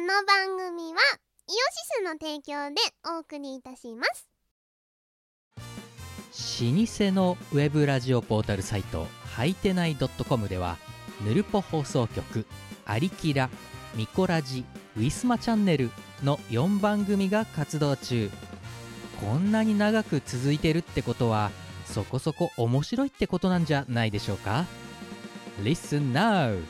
の番組はイオシスの提供でお送りいたします。 老舗のウェブラジオポータルサイトはいてない .com ではぬるぽ放送局、アリキラ、ミコラジ、ウィスマチャンネルの4番組が活動中。こんなに長く続いてるってことはそこそこ面白いってことなんじゃないでしょうか。 Listen now。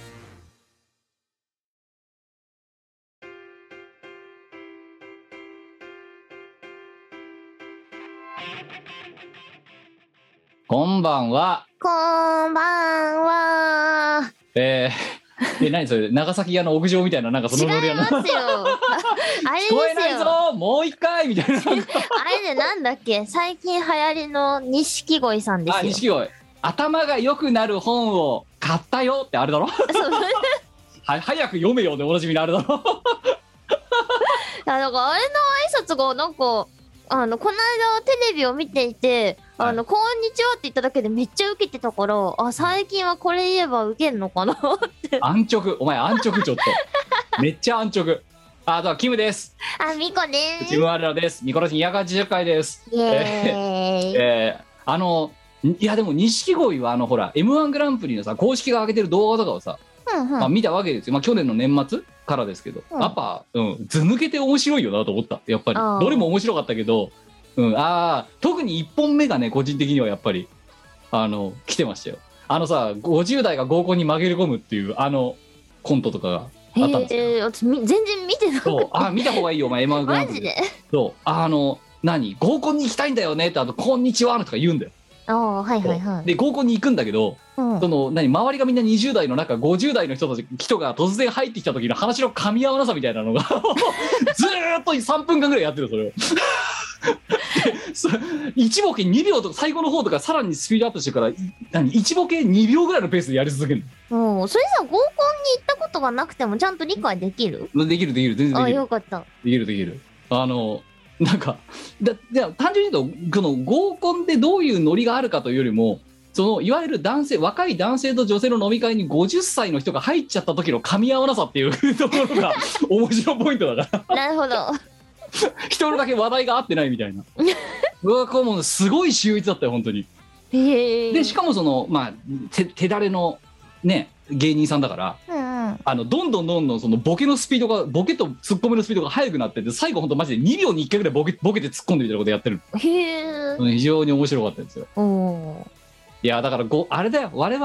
こんばんは。 こんばんは。 何それ、長崎屋の屋上みたいな、なんかそのノリ違いますよ。あれですよ。 聞こえないぞ、もう一回みたいな。 あれでなんだっけ、最近流行りの錦鯉さんですよ。 あ、錦鯉。頭が良くなる本を買ったよってあれだろ。 そうは早く読めよでおなじみのあれだろ。 だからあれの挨拶がなんかこの間テレビを見ていて、 はい、 こんにちはって言っただけでめっちゃウケてたから、最近はこれ言えばウケんのかなって安直、お前安直ちょっと。めっちゃ安直。あとはキムです。 みこでチーム我らです。ミコラジ280回です。 イエーイ。 いやでも錦鯉はほら M1 グランプリのさ公式が上げてる動画とかをさ、見たわけですよ。去年の年末からですけど、やっぱ、図抜けて面白いよなと思った。やっぱりどれも面白かったけど、特に1本目がね、個人的にはやっぱり来てましたよ。さ、50代が合コンに紛れ込むっていうコントとかがあったんですよ。 私全然見てなかった。 見た方がいいよお前 M1 グランプリ。 マジで。 そう何合コンに行きたいんだよねってこんにちはとか言うんだよ。 はいはいはい。 で合コンに行くんだけど、周りがみんな20代の中50代の人が突然入ってきた時の話の噛み合わなさみたいなのがずーっと3分間ぐらいやってるそれを。1ボケ2秒とか最後の方とかさらにスピードアップしてから1ボケ2秒ぐらいのペースでやり続けるの。それさ、合コンに行ったことがなくてもちゃんと理解できる？ できる全然できる。 よかった。 できるなんか単純に言うとこの合コンでどういうノリがあるかというよりも、いわゆる若い男性と女性の飲み会に50歳の人が入っちゃった時の噛み合わなさっていうところが面白いポイントだから。 なるほど。 一人だけ話題が合ってないみたいな。これもうすごい秀逸だったよ本当に。でしかも手だれのね芸人さんだから、どんどんそのボケとツッコミのスピードが速くなってて、最後本当マジで2秒に1回ぐらいボケて突っ込んでみたいなことやってる。非常に面白かったですよ。いやだからあれだよ、我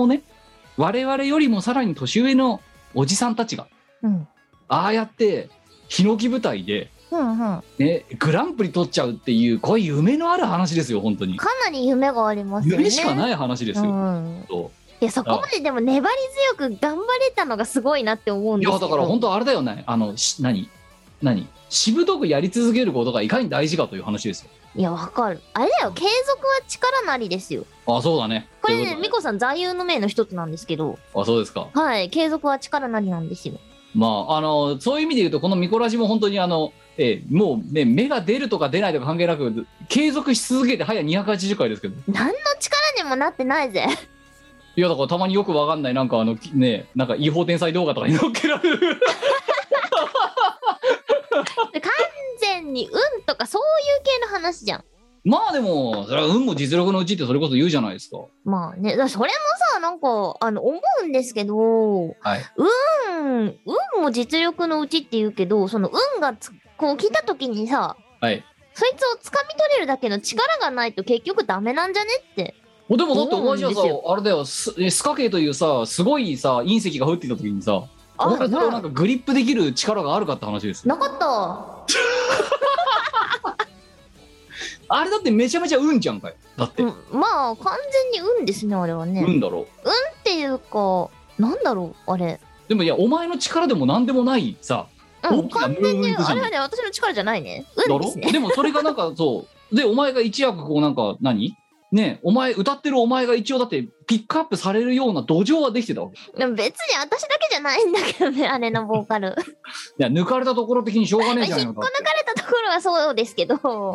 々よりもさらに年上のおじさんたちが、ああやってヒノキ舞台で、グランプリ取っちゃうっていう、これ夢のある話ですよ本当に。 かなり夢がありますよね。 夢しかない話ですよ。 いやそこまででも粘り強く頑張れたのがすごいなって思うんですけど。 いやだから本当あれだよね、しぶとくやり続けることがいかに大事かという話ですよ。 いやわかる。あれだよ、継続は力なりですよ。 そうだね。 これね、ミコさん座右の銘の一つなんですけど。 そうですか。 はい、継続は力なりなんですよ。 そういう意味で言うとこのミコラジも本当にもうね、芽が出るとか出ないとか関係なく継続し続けて早280回ですけど、 何の力にもなってないぜ。 いやだからたまによくわかんないなんか違法天才動画とかに載っけられる。 完全に運とかそういう系の話じゃん。 でもそれは運も実力のうちってそれこそ言うじゃないですか。 それもさなんか思うんですけど、運も実力のうちって言うけど、その運がこう来た時にさ、そいつを掴み取れるだけの力がないと結局ダメなんじゃねって。 でもだってお前じゃさ、あれだよ、スカ系というさすごいさ隕石が降っていた時にさ、お前それをなんかグリップできる力があるかって話ですよ。 なかった。 あれだってめちゃめちゃ運じゃんかい。だって、 完全に運ですねあれはね。 運だろ。 運っていうかなんだろうあれ。 でもいやお前の力でもなんでもないさ、 完全にあれはね私の力じゃないね。運ですね。 でもそれがなんかそうでお前が一役こうなんかお前歌ってるお前が一応だってピックアップされるような土壌はできてたわけ。 でも別に私だけじゃないんだけどね、あれのボーカル。 いや抜かれたところ的にしょうがねえじゃんよ。 引っこ抜かれたところはそうですけど、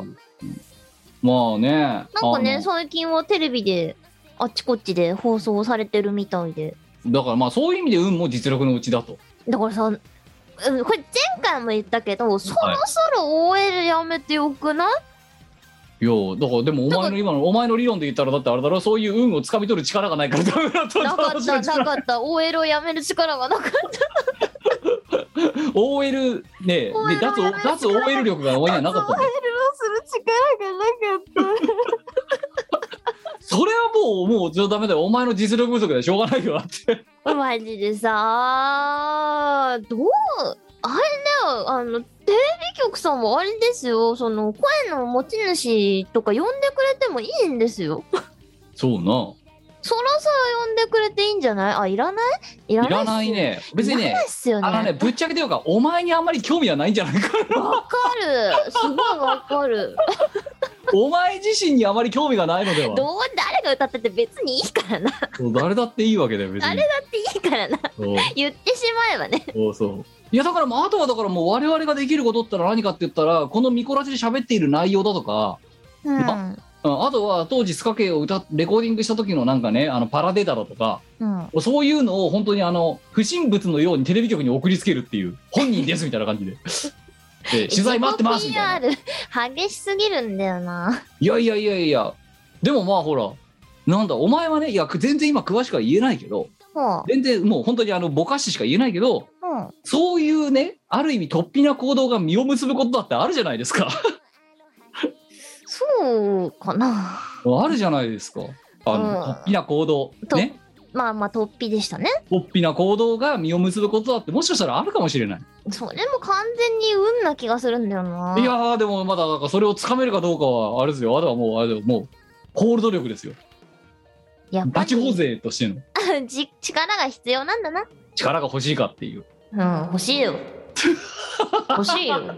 なんかね最近はテレビであっちこっちで放送されてるみたいで。 だからそういう意味で運も実力のうちだと。 だからさこれ前回も言ったけど、そろそろ OL やめてよくない？ いやだからでもお前の理論で言ったらだってあれだろ、そういう運をつかみ取る力がないからダメだった。 なかった OL をやめる力がなかった OL ねで脱 OL 力がお前にはなかった。 OL をする力がなかったそれはもうちょっとダメだよ、お前の実力不足でしょうがないよってマジでさ、どうあれだよ、テレビ局さんもあれですよ、その声の持ち主とか呼んでくれてもいいんですよそうな、 そろそろ呼んでくれていいんじゃない？あ、いらないいらないね。別にね、ぶっちゃけてようか、お前にあんまり興味はないんじゃないかな。わかる、すごいわかるお前自身にあまり興味がないのでは。 誰が歌ってて別にいいからな誰だっていいわけだよ別に。 誰だっていいからな言ってしまえばね。 そういやだからあとはだからもう我々ができることってのは何かって言ったら、このミコラジで喋っている内容だとか、あとは当時スカケをレコーディングした時のなんかね、パラデだろとか、そういうのを本当に不審物のようにテレビ局に送りつけるっていう、本人ですみたいな感じでで取材待ってますみたいな。激しすぎるんだよな。 いやでもまあほらなんだお前はね、いや全然今詳しくは言えないけど、全然もう本当にぼかししか言えないけど、そういうね、ある意味突飛な行動が実を結ぶことだってあるじゃないですかそうかな。 あるじゃないですか、突飛な行動ね。 まあ突飛でしたね。 突飛な行動が実を結ぶことだってもしかしたらあるかもしれない。 それも完全に運な気がするんだよな。 いやでもまだなんかそれをつかめるかどうかはあれですよ。あれはもうホールド力ですよ。バチホ勢としての力が必要なんだな。 力が欲しいかっていう。 欲しいよ欲しいよ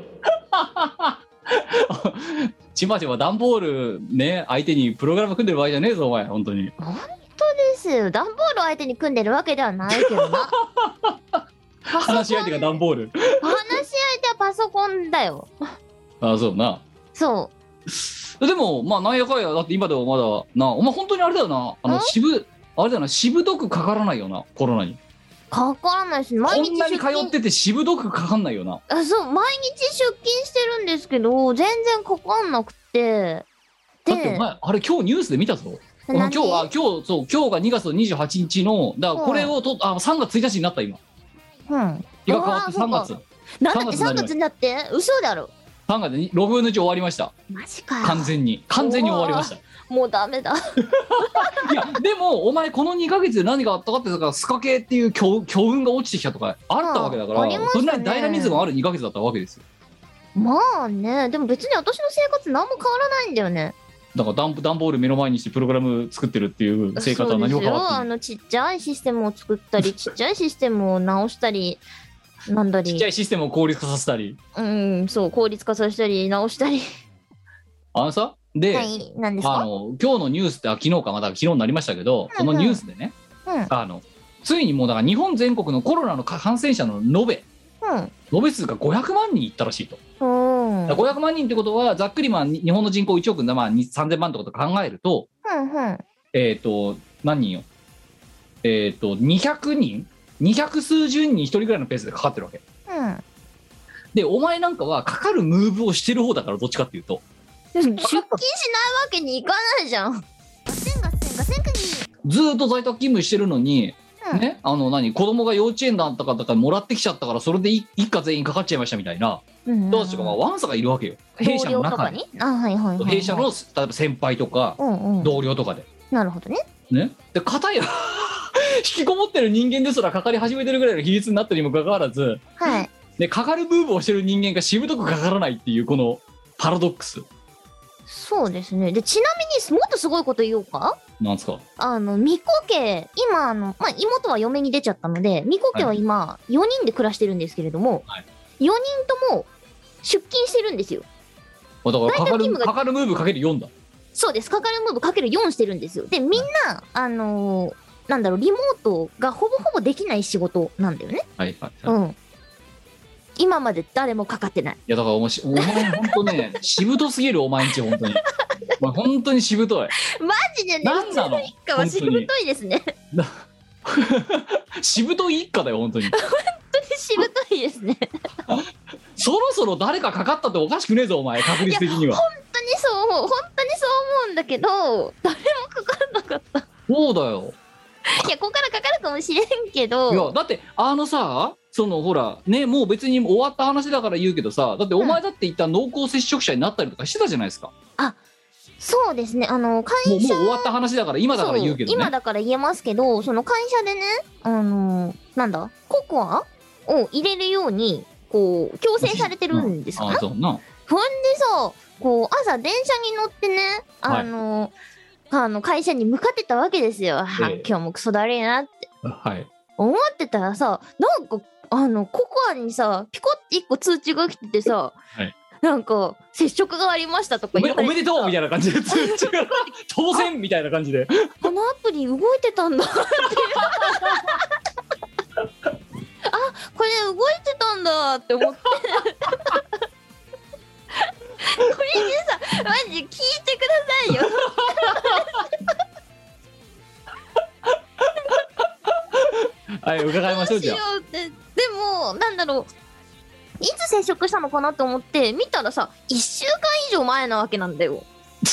ちまちま段ボールね相手にプログラム組んでる場合じゃねえぞお前。本当に本当ですよ。段ボールを相手に組んでるわけではないけどな話し相手が段ボール話し相手はパソコンだよ。 あ、そうな。 そうでもまあなんやかんやだって今でもまだな、お前本当にあれだよな、しぶどくかからないよな、コロナに。 かからないし、 毎日こんなに通っててしぶどくかかんないよな。 そう、毎日出勤してるんですけど全然かかんなくて。 だってお前あれ今日ニュースで見たぞ。今日が2月28日のだからこれを3月1日になった今。日が変わって3月。 なんだって3月になって？嘘だろ。 3月に6分の1終わりました。 マジかよ。 完全に終わりました。 もうダメだいやでもお前この2ヶ月で何があったかってだからスカ系っていう強運が落ちてきたとかあったわけだから、そんなにダイナミズムある2ヶ月だったわけですよ。 まあね、でも別に私の生活何も変わらないんだよね。 だから段ボール目の前にしてプログラム作ってるっていう生活は何も変わってない。 ちっちゃいシステムを作ったりちっちゃいシステムを直したりなんだり、 ちっちゃいシステムを効率化させたり、 そう効率化させたり直したりさで、 はい、何ですか？ 今日のニュースって昨日かまだ昨日になりましたけど、そのニュースでね、ついにもうだから日本全国のコロナの感染者の延べ数が500万人いったらしいと。500万人ってことはざっくり日本の人口1億3000万とかと考えると、何人よ200人200数十人に1人ぐらいのペースでかかってるわけ、でお前なんかはかかるムーブをしてる方だから、どっちかっていうと出勤しないわけにいかないじゃん。 ずーっと在宅勤務してるのに、ね、子供が幼稚園だったかとかもらってきちゃったからそれで一家全員かかっちゃいましたみたいな人たちがワンサがいるわけよ、弊社の中に。弊社の例えば先輩とか、同僚とかで。 なるほどね。 で片や引きこもってる人間ですらかかり始めてるぐらいの比率になってるにもかかわらず、でかかるムーブをしてる人間がしぶとくかからないっていうこのパラドックス。 そうですね。でちなみにもっとすごいこと言おうか。 なんですか？ みこ家今妹は嫁に出ちゃったので、みこ家は今4人で暮らしてるんですけれども、4人とも出勤してるんですよ。 だからかかるムーブかける4だ。 そうです。かかるムーブかける4してるんですよ。でみんななんだろう、リモートがほぼできない仕事なんだよね。今まで誰もかかってない。いやだからお前本当ねしぶとすぎる、お前んち本当にお前本当にしぶとい。 マジでね、 何なの？ 一家はしぶといですねしぶとい一家だよ本当に。 本当にしぶといいですね。 そろそろ誰かかかったっておかしくねえぞお前、確率的には。 本当にそう思ううんだけど、誰もかからなかった。 そうだよ。 いや、ここからかかるかもしれんけど。 いや、だってさ、そのほらね、もう別に終わった話だから言うけどさ、だってお前だって一旦濃厚接触者になったりとかしてたじゃないですか。 あ、そうですね。会社もう終わった話だから今だから言うけどね。 今だから言えますけど、その会社でね、なんだ、ココアを入れるようにこう強制されてるんですか。 あ、そうな。 ほんでさ、こう朝電車に乗ってね、会社に向かってたわけですよ。今日もクソだるいなって、思ってたらさ、なんかココアにさピコって1個通知が来ててさ、なんか接触がありましたとか言われて、 おめでとうみたいな感じで通知が当選みたいな感じで、 このアプリ動いてたんだってあ、これ動いてたんだって思ってこれでさ、マジ聞いてくださいよはい、伺いましょう。じゃあでもなんだろう、いつ接触したのかなと思って見たらさ、1週間以上前なわけなんだよ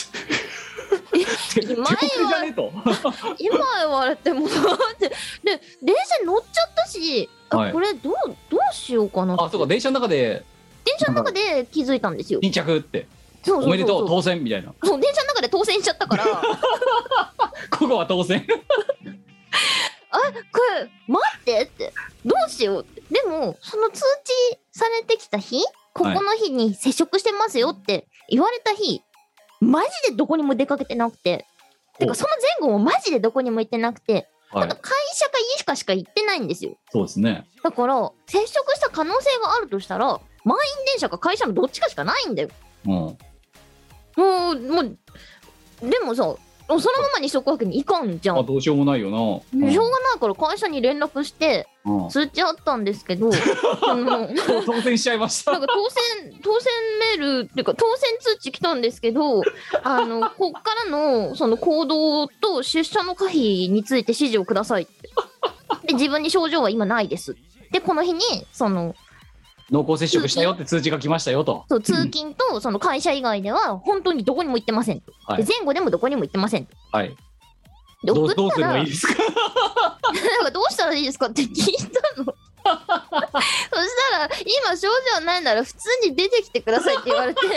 今言われてもで電車に乗っちゃったし、これどうしようかなって。 そうか、電車の中で気づいたんですよ。 巾着って、おめでとう当選みたいな。 そう、電車の中で当選しちゃったからここは当選これ待ってって、どうしようって。でもその通知されてきた日、ここの日に接触してますよって言われた日、マジでどこにも出かけてなくて、てかその前後もマジでどこにも行ってなくて、会社か家しか行ってないんですよ。 そうですね。 だから接触した可能性があるとしたら、満員電車か会社のどっちかしかないんだよ。もうでもさ、そのままにしとくわけにいかんじゃん。 どうしようもないよな。 しょうがないから会社に連絡して通知あったんですけど、 当選しちゃいました。 なんか当選メールっていうか当選通知来たんですけど、こっからのその行動と出社の可否について指示をくださいって。で、自分に症状は今ないです。で、この日にその濃厚接触したよって通知が来ましたよと。 そう、通勤とその会社以外では本当にどこにも行ってませんと。で、前後でもどこにも行ってませんと。で、 どうすればいいですかなんかどうしたらいいですかって聞いたのそしたら、今症状ないなら普通に出てきてくださいって言われて出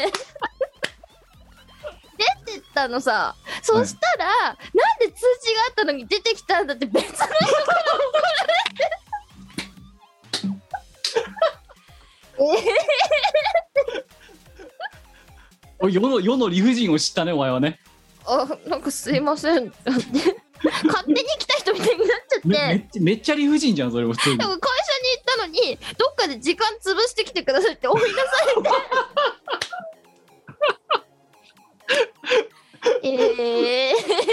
てったのさ。そしたら、なんで通知があったのに出てきたんだって別の人から怒られて世の理不尽を知ったね、お前はね。 なんかすいません勝手に来た人みたいになっちゃってめっちゃ理不尽じゃん、それも普通に。 会社に行ったのにどっかで時間潰してきてくださいって追い出されて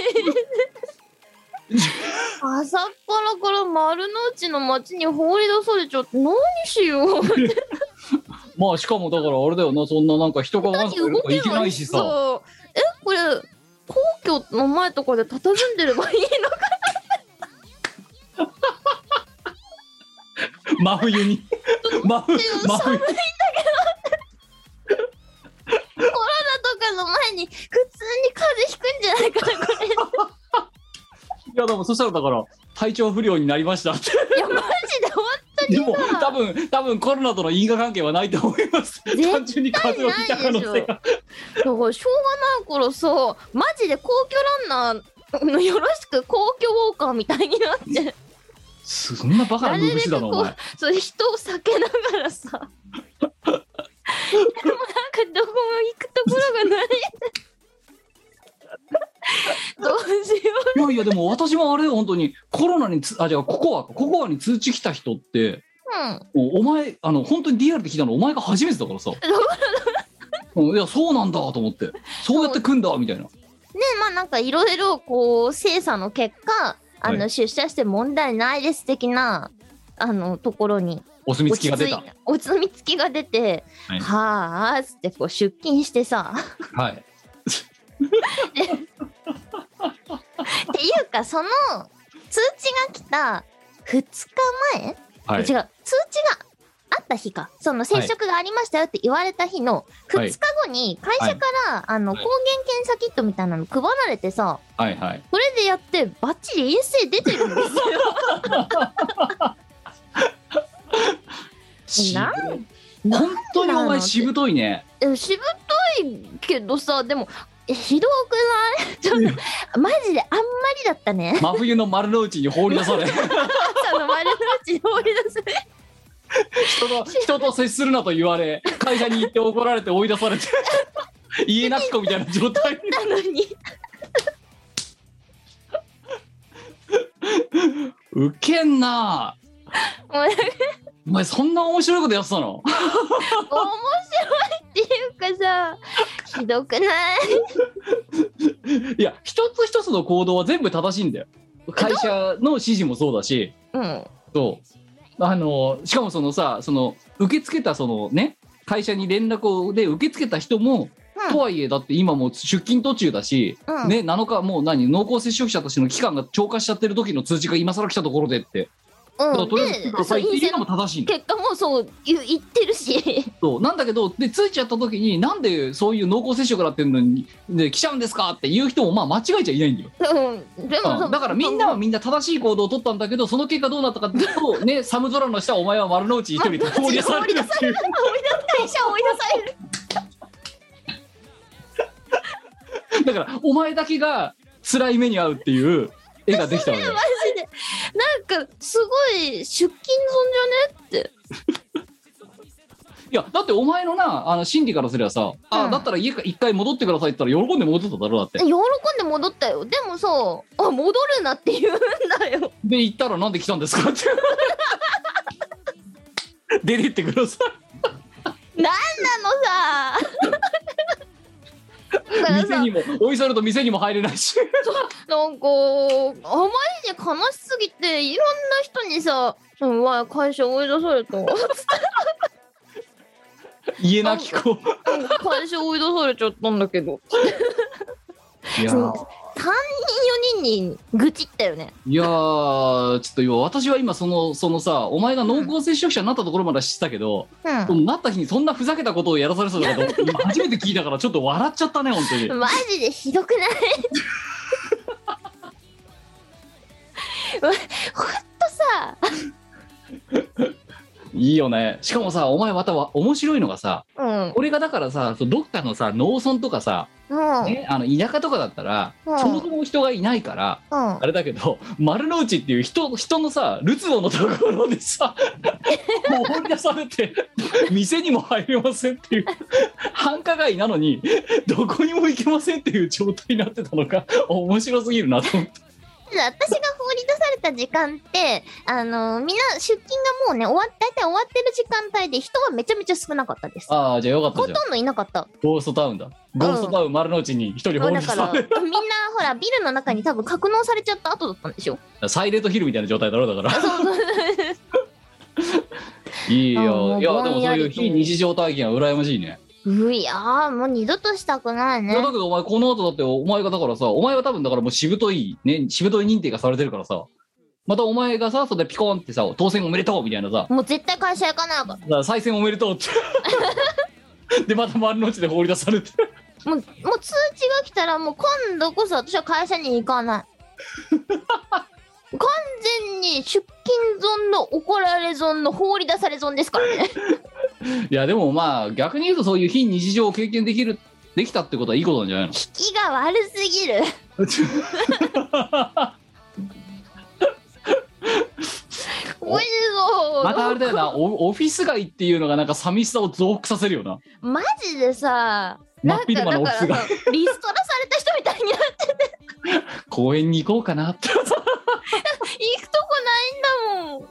朝っぱらから丸の内の街に放り出されちゃって何しようまあしかもだからあれだよな、そんななんか人がわざわざいけないしさ。 これ皇居の前とかで佇んでればいいのか真冬に真冬に寒いんだけどコロナとかの前に普通に風邪ひくんじゃないかなこれ。 いやでもそしたらだから体調不良になりましたっていやマジで本当に。 でも多分コロナとの因果関係はないと思います。単純に風邪をひいた可能性が。だからしょうがないからさ、マジで皇居ランナーのよろしく皇居ウォーカーみたいになってそんなバカなムーブしてたのお前。 そう人を避けながらさでもなんかどこも行くところがないどうしよう。いやでも私もあれ本当にコロナにじゃあココアに通知来た人って、お前本当にリアルで聞いたのお前が初めてだからさいやそうなんだと思って、そうやって組んだみたいな。 まあなんかいろいろこう精査の結果出社して問題ないです的なところにお墨付きが出た。 お墨付きが出て、はあっつってこう出勤してさっていうかその通知が来た2日前、違う通知がった日か、その接触がありましたよって言われた日の2日後に会社から、抗原検査キットみたいなの配られてさ、 はいはい、 それでやってバッチリ陰性出てるんですよ。 本当にお前しぶといね。 しぶといけどさ、でもひどくない？ちょっとマジであんまりだったね。 真冬の丸の内に放り出され。 朝の丸の内に放り出され。 人と接するなと言われ、会社に行って怒られて追い出されて、家なき子みたいな状態なのに。 ウケんな。お前そんな面白いことやってたの？面白いっていうかさ、ひどくない？ いや、一つ一つの行動は全部正しいんだよ。会社の指示もそうだし、 うん、 そうしかもそのさ、その受け付けたそのね、会社に連絡をで受け付けた人も、とはいえだって今もう出勤途中だし、ね、7日もう濃厚接触者としての期間が超過しちゃってる時の通知が今更来たところでって、だからとりあえずくださいっていうのも正しいんだよ。 結果もそう言ってるし、 そうなんだけど、でついちゃった時になんでそういう濃厚接触だってんのにで来ちゃうんですかっていう人もまあ間違えちゃいないんだよ。 でもだからみんなはみんな正しい行動を取ったんだけど、その結果どうなったかっていうとね、寒空の下お前は丸の内一人で放り出されるっていう。 会社追い出される。 だからお前だけが辛い目に遭うっていう絵ができたわけ。 マジでなんかすごい出勤損じゃねって。 いやだってお前のな心理からすればさ、だったら家一回戻ってくださいって言ったら喜んで戻ってただろ。だって喜んで戻ったよ。でもさ、戻るなって言うんだよ。 で言ったらなんで来たんですかって出てってください。なんなのさ。 店にも追い去ると店にも入れないしなんかあまりに悲しすぎて、いろんな人にさ、会社追い出された家なき子会社追い出されちゃったんだけどいや 3人4人に愚痴ったよね。 いやーちょっと今私は今そのさ、お前が濃厚接触者になったところまで知ったけど、なった日にそんなふざけたことをやらされそうだけど初めて聞いたからちょっと笑っちゃったね本当に。 マジでひどくない？ほんとさいいよね。しかもさ、お前また面白いのがさ、これがだからさ、どっかのさ農村とかさ、ね、田舎とかだったら、そもそも人がいないから、あれだけど丸の内っていう人のさるつぼのところでさ放り出されて店にも入れませんっていう繁華街なのにどこにも行けませんっていう状態になってたのが面白すぎるなと思って。 私が放り出された時間ってみんな出勤がもうね大体終わってる時間帯で人はめちゃめちゃ少なかったです。 ああじゃあよかったじゃん。 ほとんどいなかった。 ゴーストタウンだ。ゴーストタウン丸の内に一人放り出される。 だからみんなほらビルの中に多分格納されちゃった後だったんでしょ。 サイレントヒルみたいな状態だろだから。いいよ。いやでもそういう非日常体験は羨ましいね。 いやーもう二度としたくないね。 だけどお前この後だってお前がだからさ、お前は多分だからもうしぶとい認定がされてるからさ、またお前がさそれでピコンってさ当選おめでとうみたいなさ、 もう絶対会社行かないから。 だから再選おめでとうってでまた丸の内で放り出されてもう通知が来たらもう今度こそ私は会社に行かない完全に出勤損の怒られ損の放り出され損ですからねいやでもまあ逆に言うとそういう非日常を経験できたってことはいいことなんじゃないの。 引きが悪すぎるおいしそうまたあれだよなオフィス街っていうのがなんか寂しさを増幅させるよな。 マジでさ真っ昼間のオフィス街リストラされた人みたいになってて公園に行こうかなって行くとこないんだもん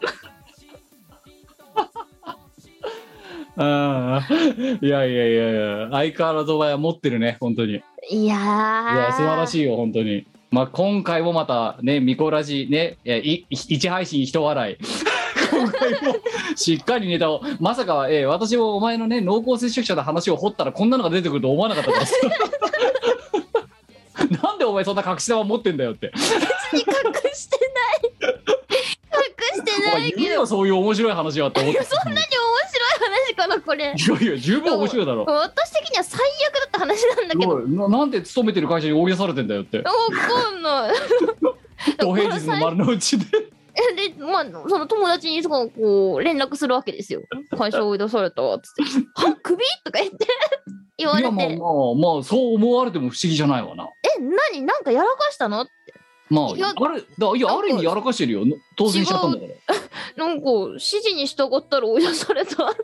あいや相変わらずお前は持ってるね本当に。 いや素晴らしいよ本当に。まあ今回もまたねミコラジね一配信一笑い今回もしっかりネタをまさかは、私もお前のね濃厚接触者の話を掘ったらこんなのが出てくると思わなかったですなんでお前そんな隠し玉持ってんだよって。 別に隠してないけどそういう面白い話はって思ってそんなに面白いかなこれ。 いやいや十分面白いだろ。 私的には最悪だった話なんだけど。 なんで勤めてる会社に追い出されてんだよって。 わかんない。 お平日の丸の内で。 で、まあ、その友達にこう連絡するわけですよ。会社追い出されたっつって「はっクビ?」とか言われて。いやまあそう思われても不思議じゃないわな。 なんかやらかしたのって。 まあある意味やらかしてるよ。当選しちゃったんだから。 なんか指示に従ったら追い出された。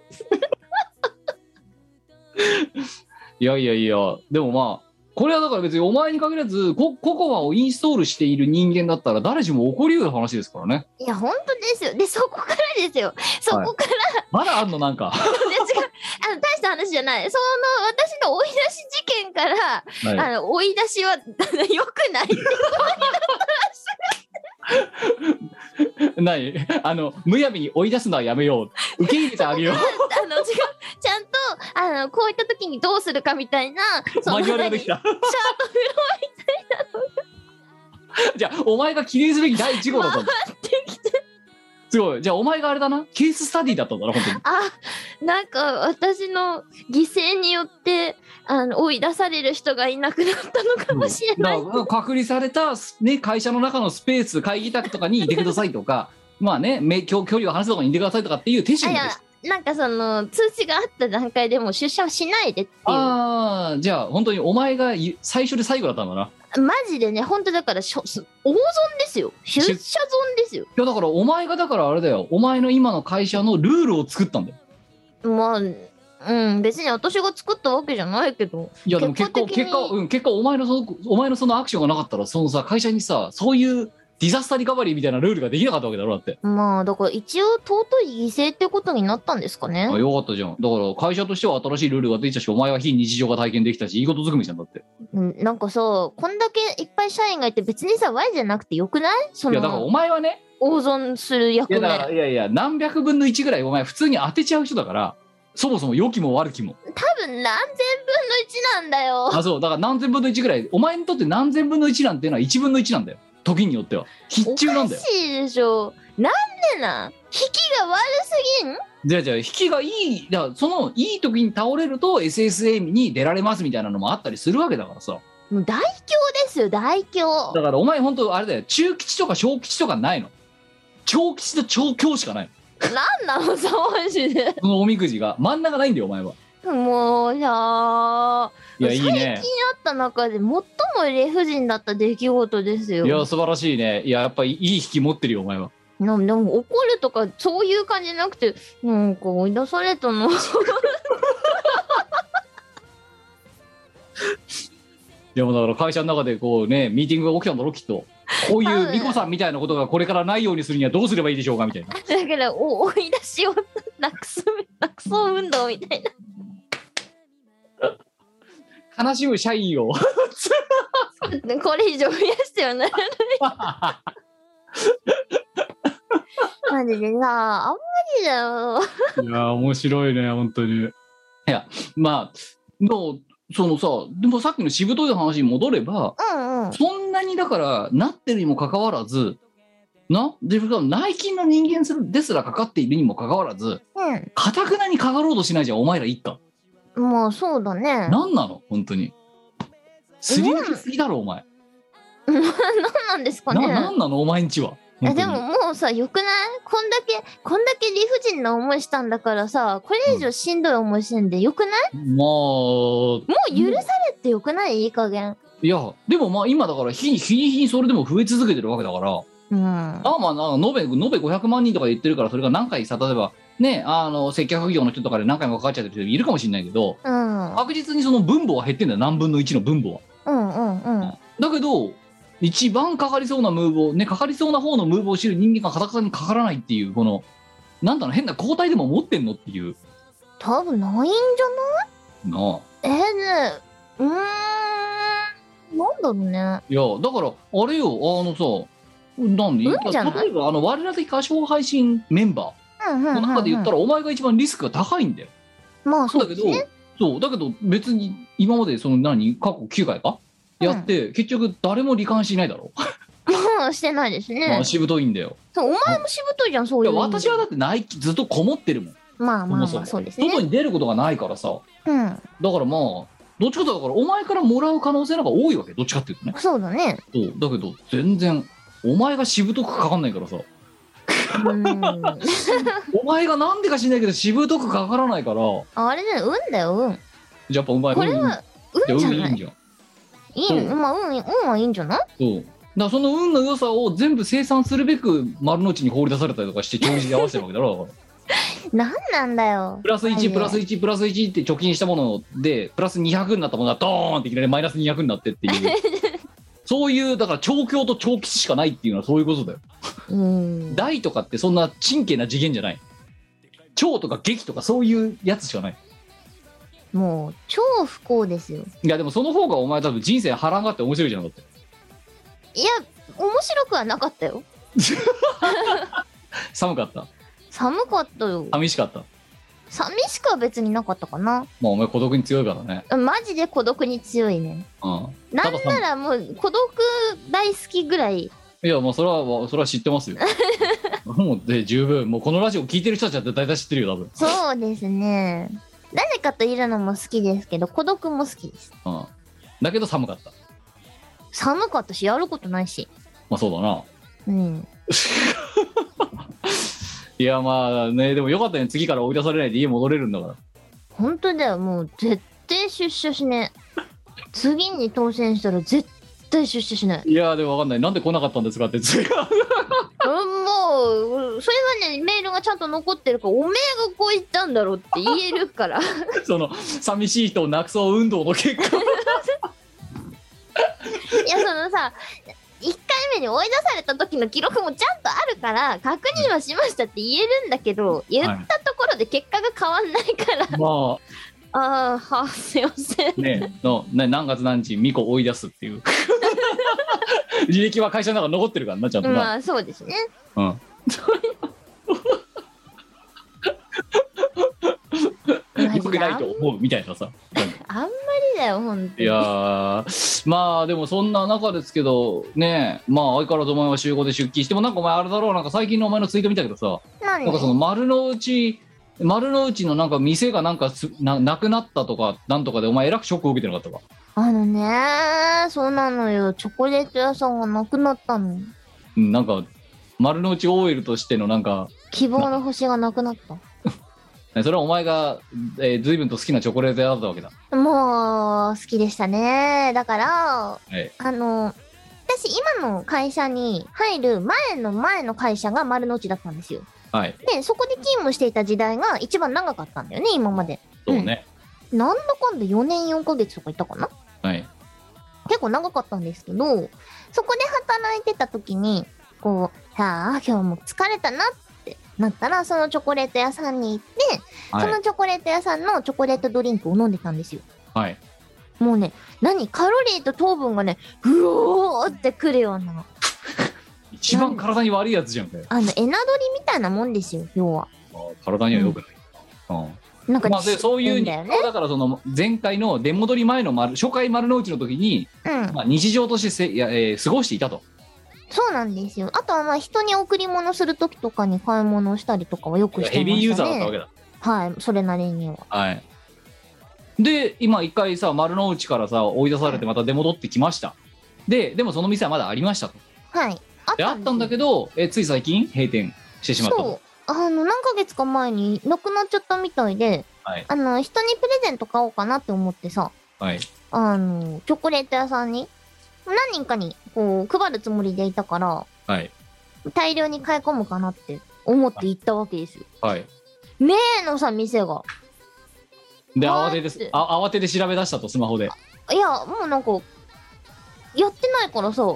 いやでもまあこれはだから別にお前に限らずココアをインストールしている人間だったら誰しも起こりうる話ですからね。 いや本当ですよ。でそこからですよ。そこから、 まだあんのなんか。 大した話じゃない。私の追い出し事件から、追い出しは良くないってことになったらしい。むやみに追い出すのはやめよう。受け入れてあげよう。 ちゃんとこういった時にどうするかみたいなマニュアルができた。 シャートフローみたいなのが。じゃあお前が記念すべき第1号だったんだ。すごい。じゃあお前があれだな、ケーススタディだったんだな本当に。 なんか私の犠牲によって追い出される人がいなくなったのかもしれない。 だから隔離された、ね、会社の中のスペース会議宅とかにいてくださいとかまあね距離を離すところにいてくださいとかっていう手順です。 なんかその通知があった段階でもう出社はしないでっていう。 じゃあ本当にお前が最初で最後だったんだな。 マジでね本当だから大損ですよ。出社損ですよ。 いやだからお前がだからあれだよ、お前の今の会社のルールを作ったんだよ。 まあ別に私が作ったわけじゃないけど。 いやでも結果お前のそのアクションがなかったらそのさ会社にさそういうディザスターリカバリーみたいなルールができなかったわけだろだって。 まあだから一応尊い犠牲ってことになったんですかね。 よかったじゃん。だから会社としては新しいルールができたし、お前は非日常が体験できたし、いいことずくめじゃんだって。 なんかさこんだけいっぱい社員がいて別にさ Y じゃなくてよくない？いやだからお前はね大損する役目。 いや何百分の1ぐらいお前普通に当てちゃう人だから、そもそも良きも悪きも多分何千分の1なんだよ。 そうだから何千分の1ぐらい、お前にとって何千分の1なんていうのは1分の1なんだよ。時によっては必中なんだよ。 おかしいでしょ。なんで引きが悪すぎん？ じゃあ引きがいい、だからそのいい時に倒れると SSA に出られますみたいなのもあったりするわけだからさ。 もう大凶ですよ大凶。 だからお前本当あれだよ、中吉とか小吉とかないの。長吉と長凶しかない。 なんなのさマジで。 そのおみくじが真ん中ないんだよお前は。 もういやいいね、 最近あった中で最も理不尽だった出来事ですよ。 いや素晴らしいね。いややっぱりいい引き持ってるよお前は。 でも怒るとかそういう感じじゃなくてなんか追い出されたの。 でもだから会社の中でこうねミーティングが起きたんだろきっと。こういう美子さんみたいなことがこれからないようにするにはどうすればいいでしょうかみたいな。 だから追い出しをなくそう運動みたいな。 悲しむ社員をこれ以上増やしてはならない。マジでさあんまりだよ。 いや面白いね本当に。いやまあそのさでもさっきのしぶとい話に戻れば、そんなにだからなってるにもかかわらずで内勤の人間ですらかかっているにもかかわらずかたくなにかかろうとしないじゃんお前ら一家。 まあそうだね。 何なの本当に。すり抜けすぎだろお前。 何なんですかね。 何なのお前んちは。 でももうさよくない？こんだけ理不尽な思いしたんだからさこれ以上しんどい思いしてんでよくない？もう許されてよくない？いい加減。いやでもまあ今だから日に日にそれでも増え続けてるわけだから、まあ延べ500万人とか言ってるから、それが何回さ例えばね接客業の人とかで何回もかかっちゃってる人いるかもしれないけど、確実にその分母は減ってんだよ。何分の1の分母は。だけど一番かかりそうなムーブをね、かかりそうな方のムーブを知る人間がかたくなにかからないっていう、このなんだろう変な抗体でも持ってんのっていう。 多分ないんじゃない？なあ。ねなんだろうね。 いやだからあれよさなんで、例えば我ら的歌唱配信メンバーの中で言ったらお前が一番リスクが高いんだよ。 まあそうですね。 だけど別に今まで過去9回かやって、結局誰も罹患しないだろ。 してないですね。 しぶといんだよ。 お前もしぶといじゃん。そういう。 私はだってずっとこもってるもん。 まあまあまあそうですね。 外に出ることがないからさ、 うん。 だからまあどっちかというとだからお前からもらう可能性の方が多いわけ、どっちかっていうとね。 そうだね。 そうだけど全然お前がしぶとくかかんないからさ。お前がなんでか知んないけどしぶとくかからないから。 あれだよ、運だよ、運。 じゃあやっぱお前これは運じゃない。 いいんじゃん。 いい、まあ運はいいんじゃない？ そう。だからその運の良さを全部生産するべく丸の内に放り出されたりとかして帳尻で合わせてるわけだろ。 なんなんだよ。 プラス1プラス1プラス1って貯金したものでプラス200になったものがドーンっていきなりマイナス200になってっていうそういうだから調教と長吉しかないっていうのはそういうことだよ。大とかってそんな珍奇な次元じゃない。超とか激とかそういうやつしかない。 もう超不幸ですよ。 いやでもその方がお前多分人生波乱があって面白いじゃんだって。 いや面白くはなかったよ。 寒かった。 寒かったよ。 寂しかった。 寂しくは別になかったかな。 まあお前孤独に強いからね。 マジで孤独に強いね。 うん。 なんならもう孤独大好きぐらい。 いやもうそれは知ってますよ。もうで十分もうこのラジオ聞いてる人たちだって大体知ってるよ多分。 そうですね。誰かといるのも好きですけど孤独も好きです。 うん。だけど寒かった。 寒かったしやることないし。 まあそうだな。 うん。 いやまあねでもよかったね、次から追い出されないで家戻れるんだから。 本当だよ、もう絶対出社しねえ。次に当選したら絶対出社しない。 いやでも分かんない、なんで来なかったんですかって次がもうそれはねメールがちゃんと残ってるから、おめえがこう言ったんだろうって言えるからその寂しい人をなくそう運動の結果いやそのさ1回目に追い出された時の記録もちゃんとあるから確認はしましたって言えるんだけど、言ったところで結果が変わんないから、 まああすいませんね何月何日ミコ追い出すっていう履歴は会社の中残ってるからなちゃんとな。 まあそうですね。 うんよくないと思うみたいなさあんまりだよ本当に。 いやまあでもそんな中ですけどね、まあ相変わらずお前は週5で出勤してもなんかお前あれだろう、なんか最近のお前のツイート見たけどさ、なんかその丸の内のなんか店がなんかなくなったとかなんとかでお前えらくショックを受けてなかったか。 そうなのよ、チョコレート屋さんがなくなったの。 なんか丸の内 OL としてのなんか希望の星がなくなったそれはお前が、随分と好きなチョコレート屋だったわけだ。 もう好きでしたね。だから、 はい、 私今の会社に入る前の会社が丸の内だったんですよ。 はい、 でそこで勤務していた時代が一番長かったんだよね今まで。 そうね、 なんだかんだ4年4ヶ月とかいたかな。 はい、 結構長かったんですけど、そこで働いてた時にこうさあ今日も疲れたなってなったらそのチョコレート屋さんに行って、はい、そのチョコレート屋さんのチョコレートドリンクを飲んでたんですよ。 はい。 もうねカロリーと糖分がねうおーってくるような一番体に悪いやつじゃんかよ。 エナドリみたいなもんですよ要は。 体には良くない。 なんかまあ、でそういうだからその前回の出戻り前の初回丸の内の時に、まあ、日常として過ごしていたと。 そうなんですよ。あとはまあ人に贈り物する時とかに買い物をしたりとかはよくしてましたね。 ヘビーユーザーだったわけだ。 はい、それなりには。 はい。で今一回さ丸の内からさ追い出されてまた出戻ってきました。でもその店はまだありましたと。 はい。 あったんだけどつい最近閉店してしまったと。 そう何ヶ月か前になくなっちゃったみたいで、はい、人にプレゼント買おうかなって思ってさ、 はい、 チョコレート屋さんに何人かにこう配るつもりでいたから、 はい、 大量に買い込むかなって思って行ったわけですよ。 はい、 ねえのさ店が。 で慌てて調べ出したとスマホで。 いやもうなんかやってないからさ、はい、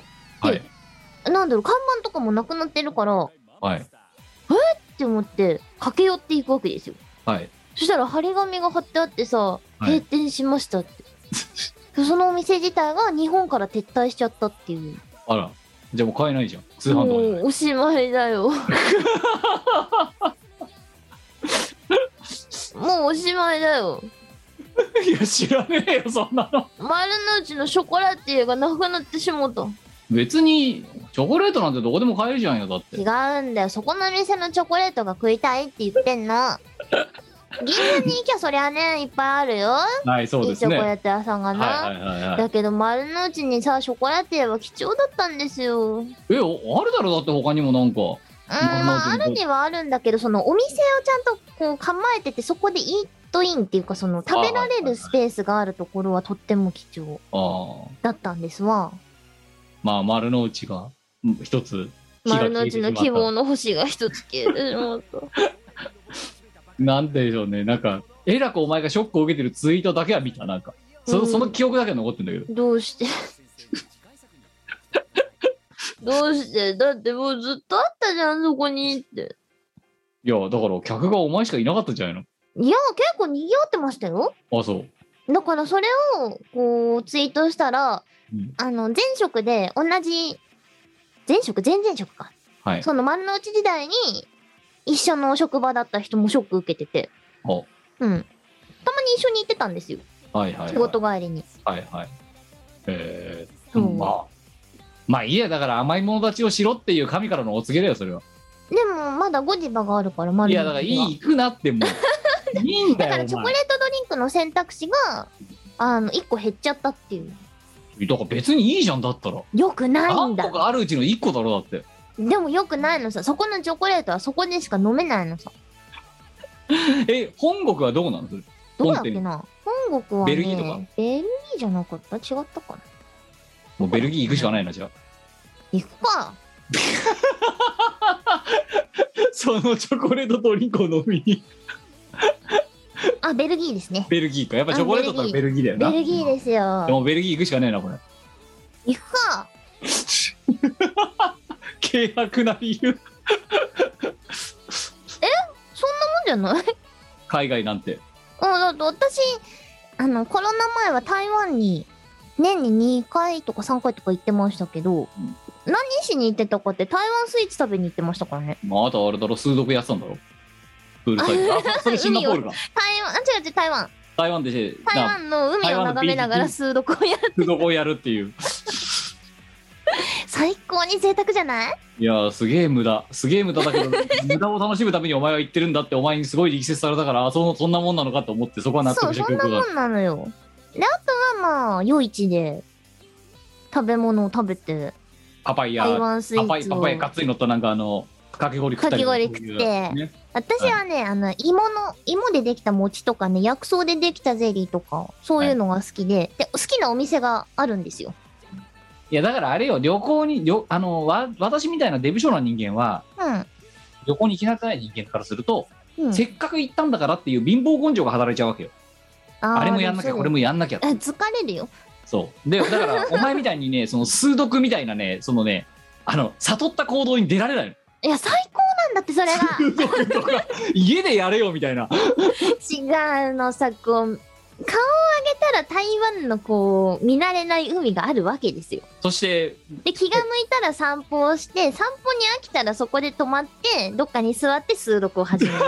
なんだろう看板とかもなくなってるから、 はい、 って思って駆け寄っていくわけですよ。 はい。 そしたら張り紙が貼ってあってさ、閉店しましたって。そのお店自体が日本から撤退しちゃったっていう。 あら、じゃあもう買えないじゃん。通販とかじゃない。 おしまいだよ。もうおしまいだよ。 いや知らねえよそんなの。 丸の内のショコラティエがなくなってしもた。 別にチョコレートなんてどこでも買えるじゃんよだって。 違うんだよ、そこの店のチョコレートが食いたいって言ってんの。 銀座に行きゃそりゃねいっぱいあるよ。 はい、そうですね。 いいチョコレート屋さんがな。だけど丸の内にさショコラティエは貴重だったんですよ。 あるだろだって他にもなんか。 まああるにはあるんだけど、そのお店をちゃんとこう構えてて、そこでイートインっていうかその食べられるスペースがあるところはとっても貴重だったんですわ。 まあ丸の内が一つ、 丸の内の希望の星が一つ消えてしまった。 なんでしょうね、なんかえらくお前がショックを受けてるツイートだけは見た。なんかその記憶だけ残ってんだけど。 どうしてどうして？だってもうずっとあったじゃんそこにって。 いやだから客がお前しかいなかったんじゃないの？ いや結構賑わってましたよ。 あ、そう。 だからそれをこうツイートしたら、前職で同じ前々職か、はい、その丸の内時代に一緒の職場だった人もショック受けてて、たまに一緒に行ってたんですよ。はいはいはい、仕事帰りに。はいはい。まあいいや、だから甘いもの立ちをしろっていう神からのお告げだよそれは。でもまだゴディバがあるから丸の内は。いやだから行くなってもいいんだよ。だからチョコレートドリンクの選択肢が1個減っちゃったっていう。だから別にいいじゃんだったら。よくないんだ。何個かあるうちの1個だろだって。でもよくないのさ。そこのチョコレートはそこでしか飲めないのさ。本国はどこなのそれ？どうだっけな。本国はね、ベルギーとか。ベルギーじゃなかった？違ったかな。もうベルギー行くしかないなじゃあ。行くか。そのチョコレートドリンクを飲みに。あ、ベルギーですね。ベルギーか。やっぱチョコレートだったらベルギーだよな。ベルギーですよ。でもベルギー行くしかねえなこれ。行くか。軽薄な理由。そんなもんじゃない？海外なんて。だって私コロナ前は台湾に年に2回とか3回とか行ってましたけど、何しに行ってたかって台湾スイーツ食べに行ってましたからね。まああとあれだろ、数読やってたんだろ。プールサイド。それシンガポールか。台湾、違う台湾。台湾で台湾の海を眺めながら数読をやる。数読をやるっていう。最高に贅沢じゃない？いやすげえ無駄だけど無駄を楽しむためにお前は言ってるんだってお前にすごい力説されたから、そんなもんなのかと思ってそこは納得した記憶が。そうそんなもんなのよ。であとはまあ夜市で食べ物を食べてパパイヤがっつり乗ったなんかかき氷食ったりかき氷食って、ね、私はね、芋でできた餅とかね、薬草でできたゼリーとかそういうのが好きで、で好きなお店があるんですよ。いやだからあれよ、旅行に私みたいなデブ症な人間は、旅行に行けなくない人間からすると、せっかく行ったんだからっていう貧乏根性が働いちゃうわけよ。あれもやんなきゃこれもやんなきゃって疲れるよ。そうでだからお前みたいにねその数読みたいなねそのね悟った行動に出られないの。いや最高なんだってそれが。数読とか家でやれよみたいな。違うのさ、こう顔を上げたら台湾のこう見慣れない海があるわけですよ。そしてで気が向いたら散歩をして、散歩に飽きたらそこで止まってどっかに座って数読を始める。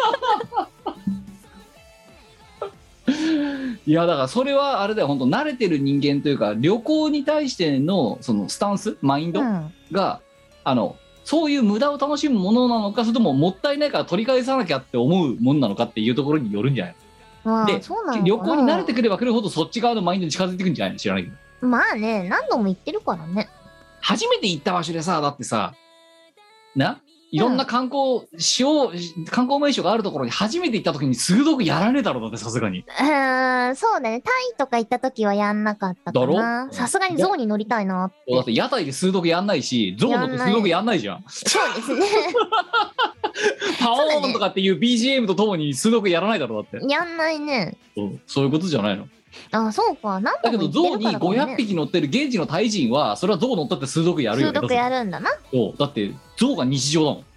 いやだからそれはあれだよ、本当慣れてる人間というか旅行に対してのそのスタンスマインドが、そういう無駄を楽しむものなのか、それとももったいないから取り返さなきゃって思うもんなのかっていうところによるんじゃないの。で旅行に慣れてくればくるほどそっち側のマインドに近づいてくるんじゃないの、知らないけど。まあね、何度も行ってるからね。初めて行った場所でさ、だってさいろんな観光名所があるところに初めて行った時に数読やらねえだろだって、さすがに。そうだね、タイとか行った時はやんなかったかな。さすがに象に乗りたいなって。だって屋台で数読やんないし、象乗って数読やんないじゃん。そうですね。パオーンとかっていう BGM とともに数読やらないだろだって。やんないね。そういうことじゃないの。あ、そうか。だけど象に500匹乗ってる現地のタイ人はそれは象乗ったって数読やるよね。数読やるんだな。そうだって象が日常だもん。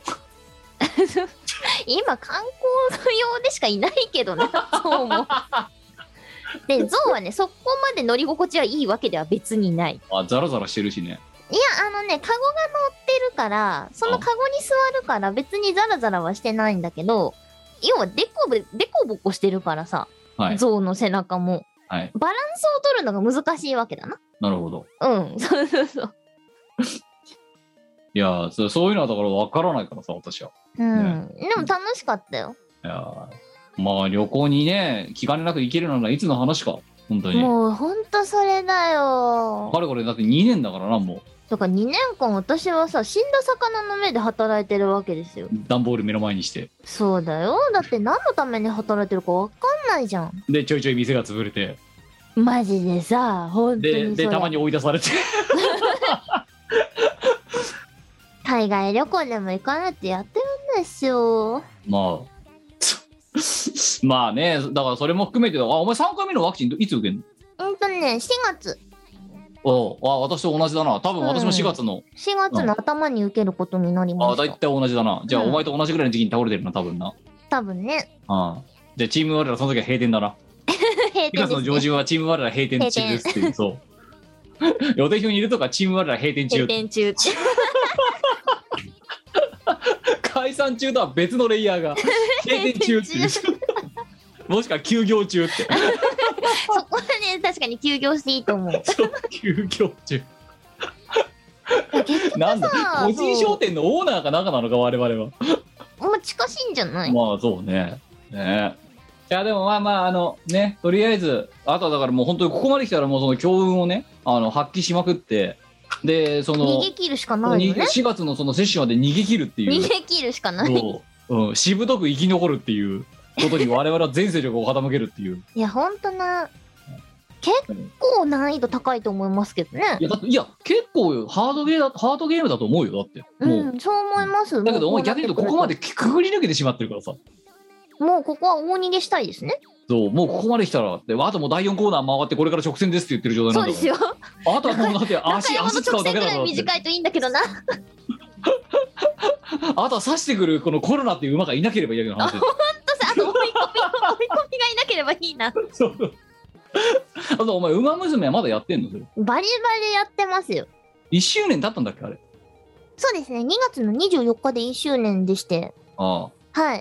今観光用でしかいないけどね、象も。で象はねそこまで乗り心地はいいわけでは別にない。あ、ザラザラしてるしね。いやカゴが乗ってるからそのカゴに座るから別にザラザラはしてないんだけど、要はデコボコしてるからさ、はい、象の背中も、はい、バランスを取るのが難しいわけだな。なるほど。そうそうそう。いやそういうのはだから分からないからさ私は。ね、でも楽しかったよ。 いやまあ旅行にね気兼ねなく行けるのはいつの話か本当に。 もうほんとそれだよ。 かれこれだって2年だからなもう。 だから2年間私はさ死んだ魚の目で働いてるわけですよ。 段ボール目の前にして。 そうだよ。だって何のために働いてるか分かんないじゃん。 でちょいちょい店が潰れて。 マジでさ本当にそれでたまに追い出されて海外旅行でも行かないってやってるんですよ。 まあまあねだからそれも含めてお前3回目のワクチンいつ受けんの 4月。 私と同じだな。多分私も4月の、 4月の頭に受けることになりました。 だいたい同じだな。じゃあ、お前と同じぐらいの時期に倒れてるな多分な。 多分ね。 じゃあチーム我らその時は閉店だな。4月の上旬はチーム我ら閉店中ですっていう。そう予定表にいるとかチーム我ら閉店中。解散中とは別のレイヤーが閉店中っていうもしくは休業中ってそこはね確かに休業していいと思う。 休業中なんだ個人商店のオーナーか中なのか我々はまあ近しいんじゃない。 まあそうね。いやでもまあねとりあえずあとはだからもう本当にここまで来たらもうその強運をね発揮しまくってでその逃げ切るしかないよね。 4月のその接種まで逃げ切るっていう逃げ切るしかない。 しぶとく生き残るっていうことに我々は全勢力を傾けるっていう。 いやほんとな結構難易度高いと思いますけどね。 いや結構ハードゲームだと思うよだって。もうそう思います。 だけどお前逆に言うとここまでくぐり抜けてしまってるからさ。 もうここは大逃げしたいですね。 そうもうここまで来たらであともう第4コーナー回ってこれから直線ですって言ってる状態なんだから。そうですよ。あとはもうだって足使うだけだから。 短いといいんだけどな。 あとは刺してくるこのコロナっていう馬がいなければいいだけの話です。 ほんとさ追い込みがいなければいいな。 そうあとお前馬娘はまだやってんのそれ。 バリバリやってますよ。 1周年経ったんだっけあれ。 そうですね2月の24日で1周年でして。はい。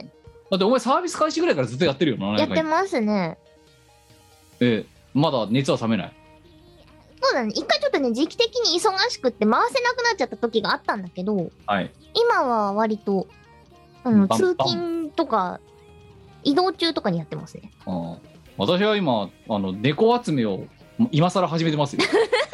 だってお前サービス開始ぐらいからずっとやってるよな。 やってますね。 まだ熱は冷めない。 そうだね一回ちょっとね時期的に忙しくって回せなくなっちゃった時があったんだけど、今は割と通勤とか移動中とかにやってますね。 私は今猫集めを今更始めてますよ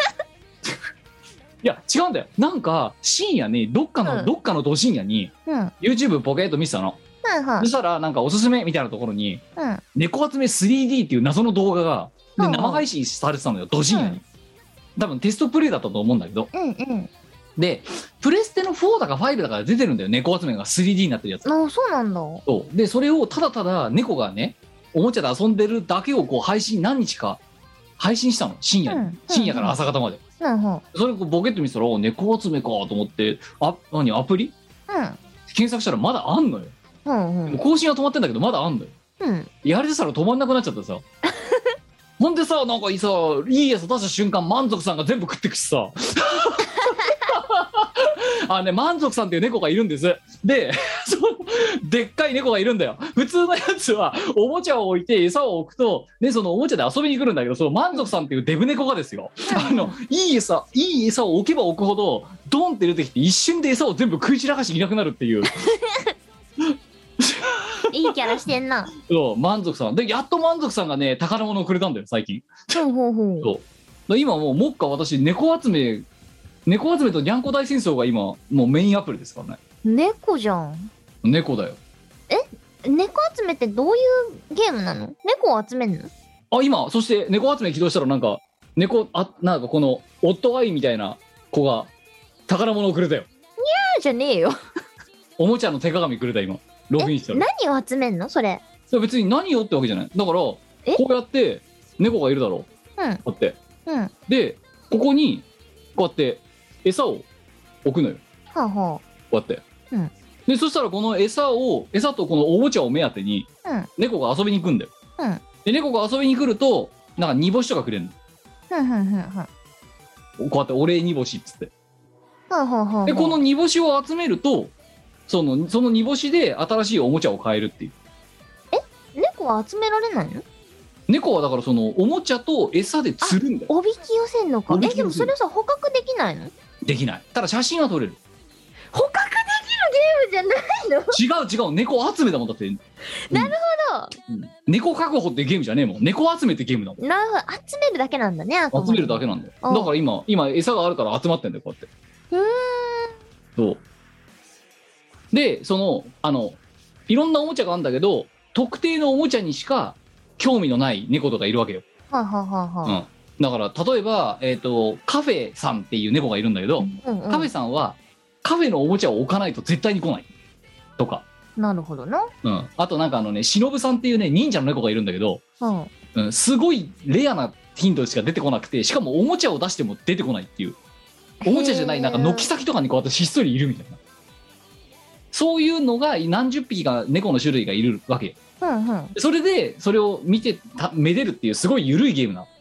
いや違うんだよ。なんか深夜にどっかのど深夜に、YouTube ポケッと見てたの。そしたらなんかおすすめみたいなところに、猫集め 3D っていう謎の動画がで生配信されてたのよど深夜に。多分テストプレイだったと思うんだけど、でプレステの4だか5だか出てるんだよ猫集めが 3D になってるやつ。 そうなんだ。 そうでそれをただただ猫がねおもちゃで遊んでるだけをこう何日か配信したの深夜に、深夜から朝方まで。それをボケット見てたら猫集めかと思ってアプリ、検索したらまだあんのよ。更新は止まってんだけどまだあんのよ。やりだしたら止まんなくなっちゃってさほんでさなんかいいやつ出した瞬間満足さんが全部食ってくしさ満足さんっていう猫がいるんです。ででっかい猫がいるんだよ。普通のやつはおもちゃを置いて餌を置くとでそのおもちゃで遊びに来るんだけどその満足さんっていうデブ猫がですよいい餌を置けば置くほどドンって出てきて一瞬で餌を全部食い散らかしていなくなるっていういいキャラしてんな。 そう満足さんでやっと満足さんがね宝物をくれたんだよ最近。そう今もう目下私猫集めとにゃんこ大戦争が今もうメインアプリですからね。猫じゃん。猫だよ。 猫集めってどういうゲームなの？猫を集めるの？ 今そして猫集め起動したらなんかなんかこのオットアイみたいな子が宝物をくれたよ。にゃーじゃねえよおもちゃの手鏡くれた今ログインしたら。何を集めんのそれ？別に何よってわけじゃない。だからこうやって猫がいるだろう。こうやって。でここにこうやって餌を置くのよ。こうやって。でそしたらこの餌とこのおもちゃを目当てに猫が遊びに行くんだよ。で猫が遊びに来るとなんか煮干しとかくれるの。こうやってお礼煮干しっつって。でこの煮干しを集めるとその煮干しで新しいおもちゃを買えるっていう。猫は集められないの？猫はだからそのおもちゃと餌で釣るんだよ。おびき寄せんのか。でもそれさ捕獲できないの？できない。ただ写真は撮れる。捕獲できるムじゃないの？違う猫集めだもんだって。 なるほど、 猫確保ってゲームじゃねえもん。猫集めってゲームだもん。 なるほど、集めるだけなんだね。 集めるだけなんだよ。だから今餌があるから集まってんだよ、こうやって。そうで、いろんなおもちゃがあるんだけど、特定のおもちゃにしか興味のない猫とかいるわけよ。だから例えば、カフェさんっていう猫がいるんだけど、カフェさんはカフェのおもちゃを置かないと絶対に来ないとか。 なるほどな。 あとなんかしのぶさんっていうね忍者の猫がいるんだけど、すごいレアなヒントしか出てこなくて、しかもおもちゃを出しても出てこないっていう、おもちゃじゃないなんか軒先とかにこうやってひっそりいるみたいな、そういうのが何十匹か猫の種類がいるわけよ。それでそれを見てめでるっていうすごい緩いゲームな。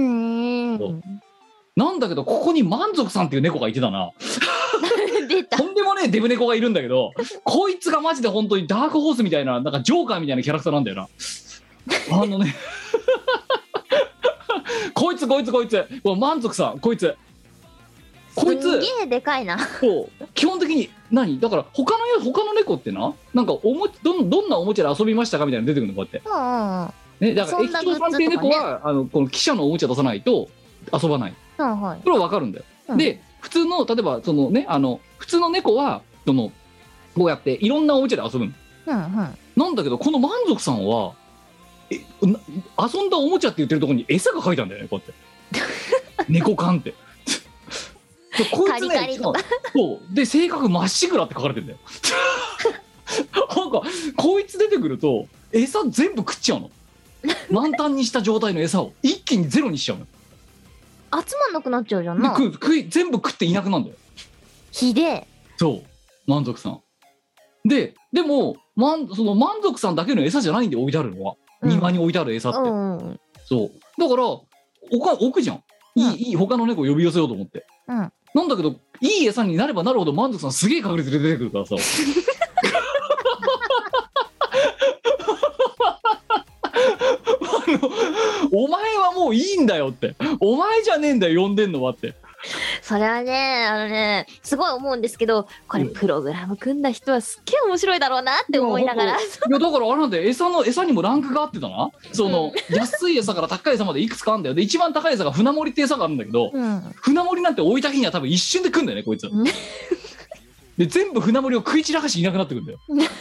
なんだけどここに満足さんっていう猫がいてたな。 出た。 とんでもねえデブ猫がいるんだけど、こいつがマジで本当にダークホースみたいな、なんかジョーカーみたいなキャラクターなんだよな。こいつ満足さん、こいつすげえでかいな。 そう基本的にだから他の猫ってなんかどんなおもちゃで遊びましたかみたいなの出てくるのこうやって、ね、だから駅長さんっていう猫は、この汽車のおもちゃ出さないと遊ばない、それは分かるんだよ。で普通の例えば普通の猫はこうやっていろんなおもちゃで遊ぶの、なんだけどこの満足さんは遊んだおもちゃって言ってるところに餌が書いたんだよね、こうやって猫缶ってこいつね、カリカリとかそうで性格まっしぐらって書かれてるんだよ。なんかこいつ出てくると餌全部食っちゃうの。満タンにした状態の餌を一気にゼロにしちゃうの。 集まんなくなっちゃうじゃんな。 全部食っていなくなるんだよ。 ひでえ。 そう満足さんでもその満足さんだけの餌じゃないんで置いてあるのは、庭に置いてある餌って、そうだから置くじゃん、いい他の猫を呼び寄せようと思って、なんだけどいい餌になればなるほど満足さんすげえ確率で出てくるからさ。お前はもういいんだよって、お前じゃねえんだよ呼んでんのはって。 それはねすごい思うんですけど、これプログラム組んだ人はすっげえ面白いだろうなって思いながら。いやだからあれなんで餌にもランクがあってたな。安い餌から高い餌までいくつかあるんだよ。で一番高い餌が船盛りって餌があるんだけど、船盛りなんて置いた日には多分一瞬で食うんだよねこいつ。で全部船盛りを食い散らかしいなくなってくるんだよ。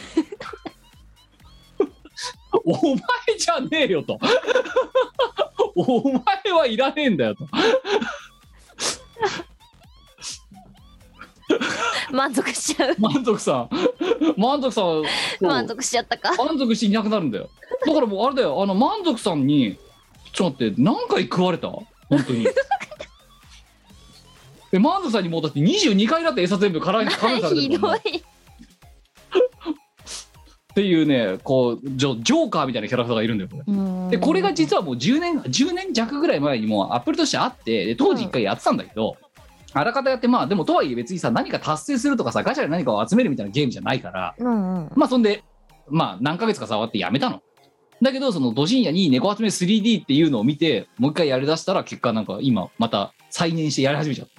お前じゃねえよと。お前はいらねえんだよと。 満足しちゃう。 満足さん満足しちゃったか。 満足していなくなるんだよ。だからもうあれだよ、満足さんにちょっと待って何回食われた本当に。満足さんにもうだって22回だって餌全部絡めされてる。ひどい。っていうね、こうジョーカーみたいなキャラクターがいるんだよこれ。でこれが実はもう10年弱ぐらい前にもアップルとしてあって、で当時1回やってたんだけど、あらかたやってでもとはいえ別にさ何か達成するとかさガチャで何かを集めるみたいなゲームじゃないから、そんで何ヶ月か触ってやめたの。だけどそのド深夜に猫集め 3D っていうのを見てもう一回やりだしたら結果なんか今また再燃してやり始めちゃった。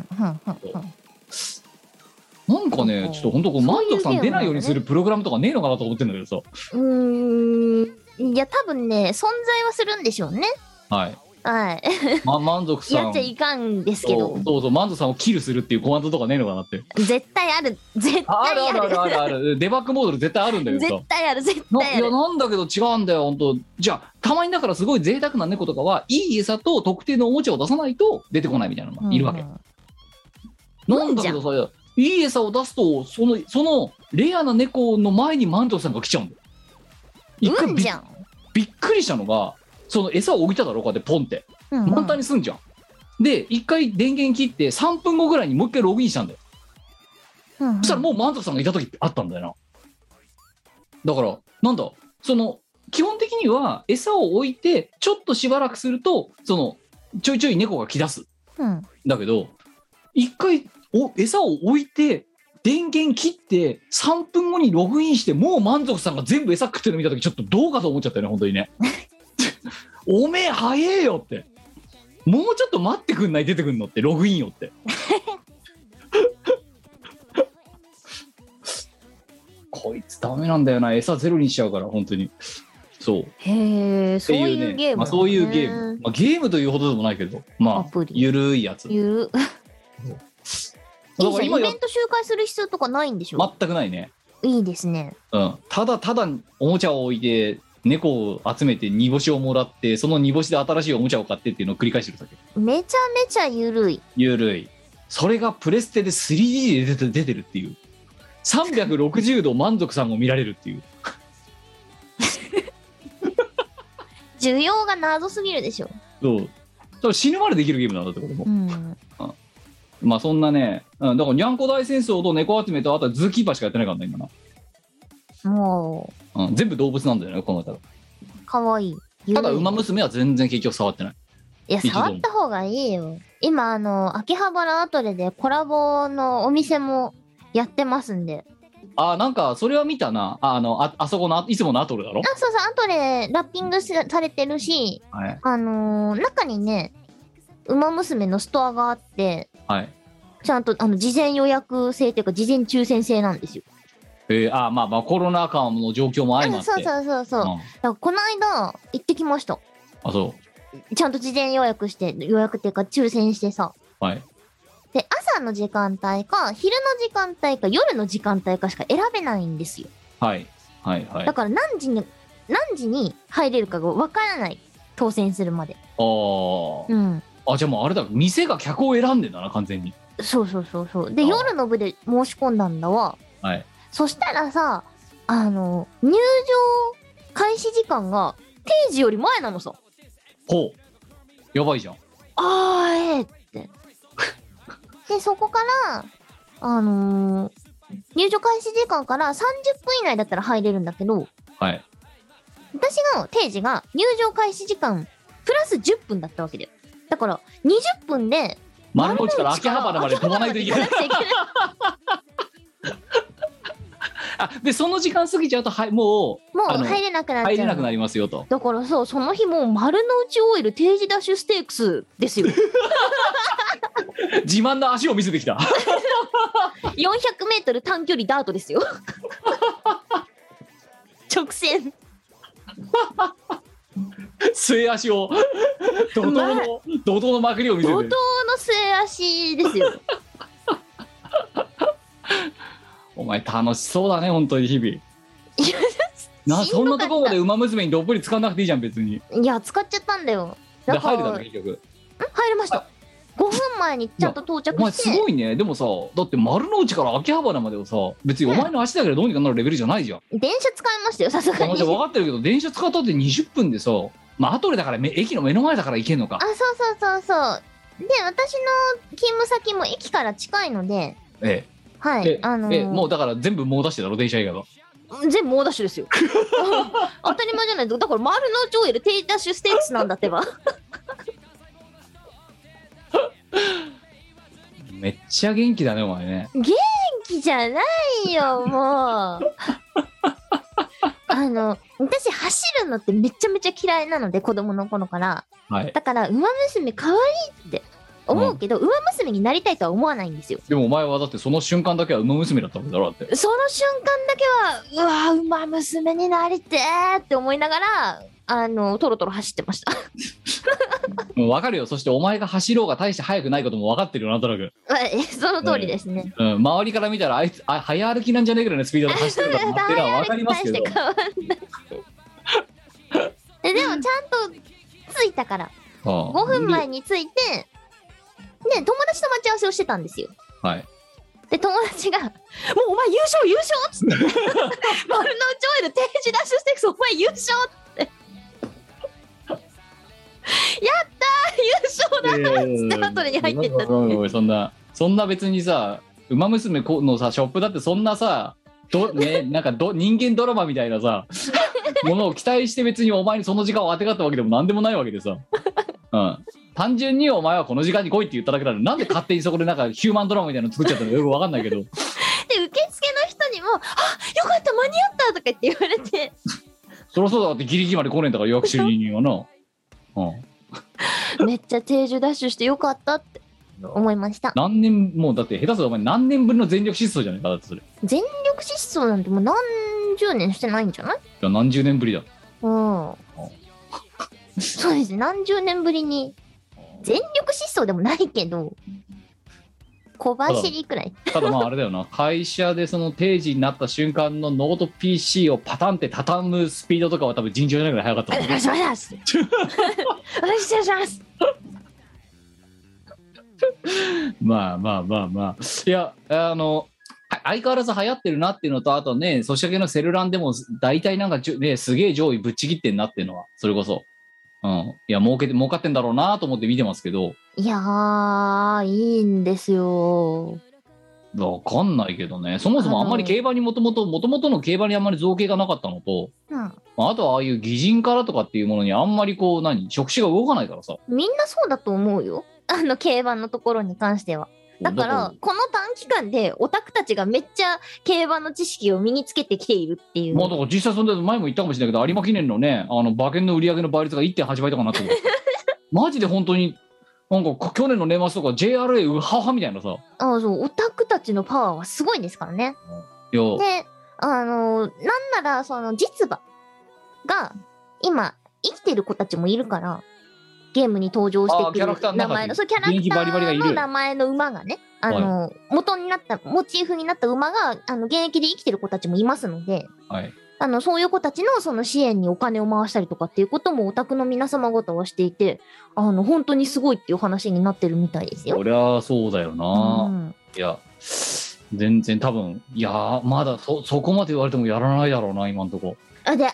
なんかねちょっと本当こう満足さん出ないようにするプログラムとかねえのかなと思ってんだけどさ。 いや多分ね存在はするんでしょうね。 はい。満足さんやっちゃいかんですけど、 そう満足さんをキルするっていうコマンドとかねえのかなって。 絶対ある。 あるデバッグモードで絶対あるんだけどさ。 絶対ある。いやなんだけど違うんだよ本当。じゃあたまにだからすごい贅沢な猫とかはいい餌と特定のおもちゃを出さないと出てこないみたいなのがいるわけ。なんだけどさいい餌を出すとそのレアな猫の前に満足さんが来ちゃうんだよ。一回びっくりしたのがその餌を置いただろうかってポンって、満タンにすんじゃん。で一回電源切って3分後ぐらいにもう一回ログインしたんだよ。そしたらもう満足さんがいた時ってあったんだよな。だからなんだ基本的には餌を置いてちょっとしばらくするとちょいちょい猫が来だす、だけど一回餌を置いて電源切って3分後にログインしてもう満足さんが全部餌食ってるの見た時ちょっとどうかと思っちゃったよね本当にね。おめえ早えよって、もうちょっと待ってくんない出てくんのってログインよって。 ダメなんだよな、餌ゼロにしちゃうから本当に。そう。 へえ、そういうゲーム、ね。 まあ、そういうゲーム、まあ、ゲームというほどでもないけど、まあゆるいやつ。 ゆる。だから今イベント周回する必要とかないんでしょ。 全くないね。 いいですね。 うん。ただおもちゃを置いて猫を集めて煮干しをもらって、その煮干しで新しいおもちゃを買ってっていうのを繰り返してるだけ。 めちゃめちゃゆるい。 ゆるい。それがプレステで 3D で出てるっていう。360度満足さんを見られるっていう。 需要が謎すぎるでしょ。 そう。多分死ぬまでできるゲームなんだってこれも。うん。まあそんなね、だからにゃんこ大戦争と猫集めとあとはズーキーパーしかやってないからね今な。 もう、全部動物なんだよねこの方。 かわいい。 ただ馬娘は全然結局触ってない。 いや触った方がいいよ。今秋葉原アトレでコラボのお店もやってますんで。 なんかそれは見たな。あそこのいつものアトレだろ。 そうそう、アトレラッピングされてるし、はい、中にね馬娘のストアがあって、はい、ちゃんと事前予約制というか事前抽選制なんですよ。 まあコロナ禍の状況も相まって。 そう、だからこの間行ってきました。 あ、そう。 ちゃんと事前予約っていうか抽選してさ。はい。で朝の時間帯か昼の時間帯か夜の時間帯かしか選べないんですよ。はいだから何時に入れるかがわからない、当選するまで。じゃあもうあれだ、店が客を選んでんだな完全に。 そうで夜の部で申し込んだんだわ。はい。そしたらさ入場開始時間が定時より前なのさ。 ほう、やばいじゃん。 ってでそこから入場開始時間から30分以内だったら入れるんだけど、はい、私の定時が入場開始時間プラス10分だったわけだよ。だから20分で丸の内から秋葉原まで飛ばないといけない。でその時間過ぎちゃうともう入れなくなっちゃう。 入れなくなりますよと。 だからその日もう丸の内オイル定時ダッシュステークスですよ。 自慢の足を見せてきた。 400メートル短距離ダートですよ。直線。 末足を怒涛のまくりを見せてる。 怒涛の末足ですよ。 お前楽しそうだね本当に日々。そんなところまで馬娘にどっぷり使わなくていいじゃん別に。 いや使っちゃったんだよ。 で入れたの結局。 入れました。5分前にちゃんと到着して。 お前すごいね。でもさ、だって丸の内から秋葉原までをさ、別にお前の足だけでどうにかなるレベルじゃないじゃん。 電車使いましたよさすがに。 分かってるけど電車使ったって20分でさ、アトレだから駅の目の前だから行けんのか。 そう。で私の勤務先も駅から近いので。はい。 もうだから全部猛ダッシュだろ電車以外は。 全部猛ダッシュですよ。当たり前じゃない。だから丸の内オイル低ダッシュステークスなんだってば。 めっちゃ元気だねお前ね。 元気じゃないよもう。私走るのってめちゃめちゃ嫌いなので子供の頃から、はい、だから馬娘可愛いって思うけど、馬娘になりたいとは思わないんですよ。 でもお前はだってその瞬間だけは馬娘だったわけだろ。だってその瞬間だけは馬娘になりてーって思いながらトロトロ走ってました。 もう分かるよ。そしてお前が走ろうが大して速くないことも分かってるよなんとなく。 その通りですね。 周りから見たらあいつ早歩きなんじゃねえぐらいのスピードで走ってるからっていうのは分かりますけど。でもちゃんと着いたから5分前に着いて、で友達と待ち合わせをしてたんですよ。はい。で友達が「もうお前優勝っつって丸の内オイル定時ダッシュステークスお前優勝!」ってやったー優勝だーっつってアトレに入ってったって。 そんな別にさ馬娘のさショップだってそんなさなんか人間ドラマみたいなさものを期待して別にお前にその時間を当てがったわけでも何でもないわけでさ、単純にお前はこの時間に来いって言っただけなのになんで勝手にそこでなんかヒューマンドラマみたいなの作っちゃったのかよく分かんないけど。で受付の人にも「あよかった間に合った」とか言って言われてそりゃそうだってギリギリまで来ねえんだから予約してる人間はな、めっちゃ定住ダッシュしてよかったって思いました。 もうだって下手するとお前何年分の全力疾走じゃないかだってそれ。 全力疾走なんてもう何何十年してないんじゃない？いや何十年ぶりだ。 そうです。何十年ぶりに全力疾走でもないけど小走りくらい。 ただまああれだよな、会社でその定時になった瞬間のノート PC をパタンって畳むスピードとかは多分尋常じゃないぐらい速かった。お願いします。お願いします。まあまあまあまあ、いや相変わらず流行ってるなっていうのと、あとね、ソシャゲのセルランでも大体なんかね、すげえ上位ぶっちぎってんなっていうのは、それこそ、いや儲かってんだろうなと思って見てますけど。 いやー、いいんですよ。 わかんないけどね、そもそもあんまり競馬にもともとの競馬にあんまり造形がなかったのと、あとはああいう擬人からとかっていうものにあんまりこう触手が動かないからさ。 みんなそうだと思うよ、競馬のところに関しては。だからこの短期間でオタクたちがめっちゃ競馬の知識を身につけてきているっていう。 まあだから実際そんな前も言ったかもしれないけど、有馬記念のね馬券の売り上げの倍率が 1.8 倍とかなってるマジで本当になんか去年の年末とか JRA ウハハみたいなさ。 そうオタクたちのパワーはすごいですからね。でなんならその実馬が今生きてる子たちもいるから、ゲームに登場してくる名前の、そうキャラクターの名前の馬がね、元になったモチーフになった馬が現役で生きてる子たちもいますので、そういう子たちのその支援にお金を回したりとかっていうこともオタクの皆様方はしていて、本当にすごいっていう話になってるみたいですよ。 そりゃそうだよな、いや全然多分まだそこまで言われてもやらないだろうな今んとこ。 で明日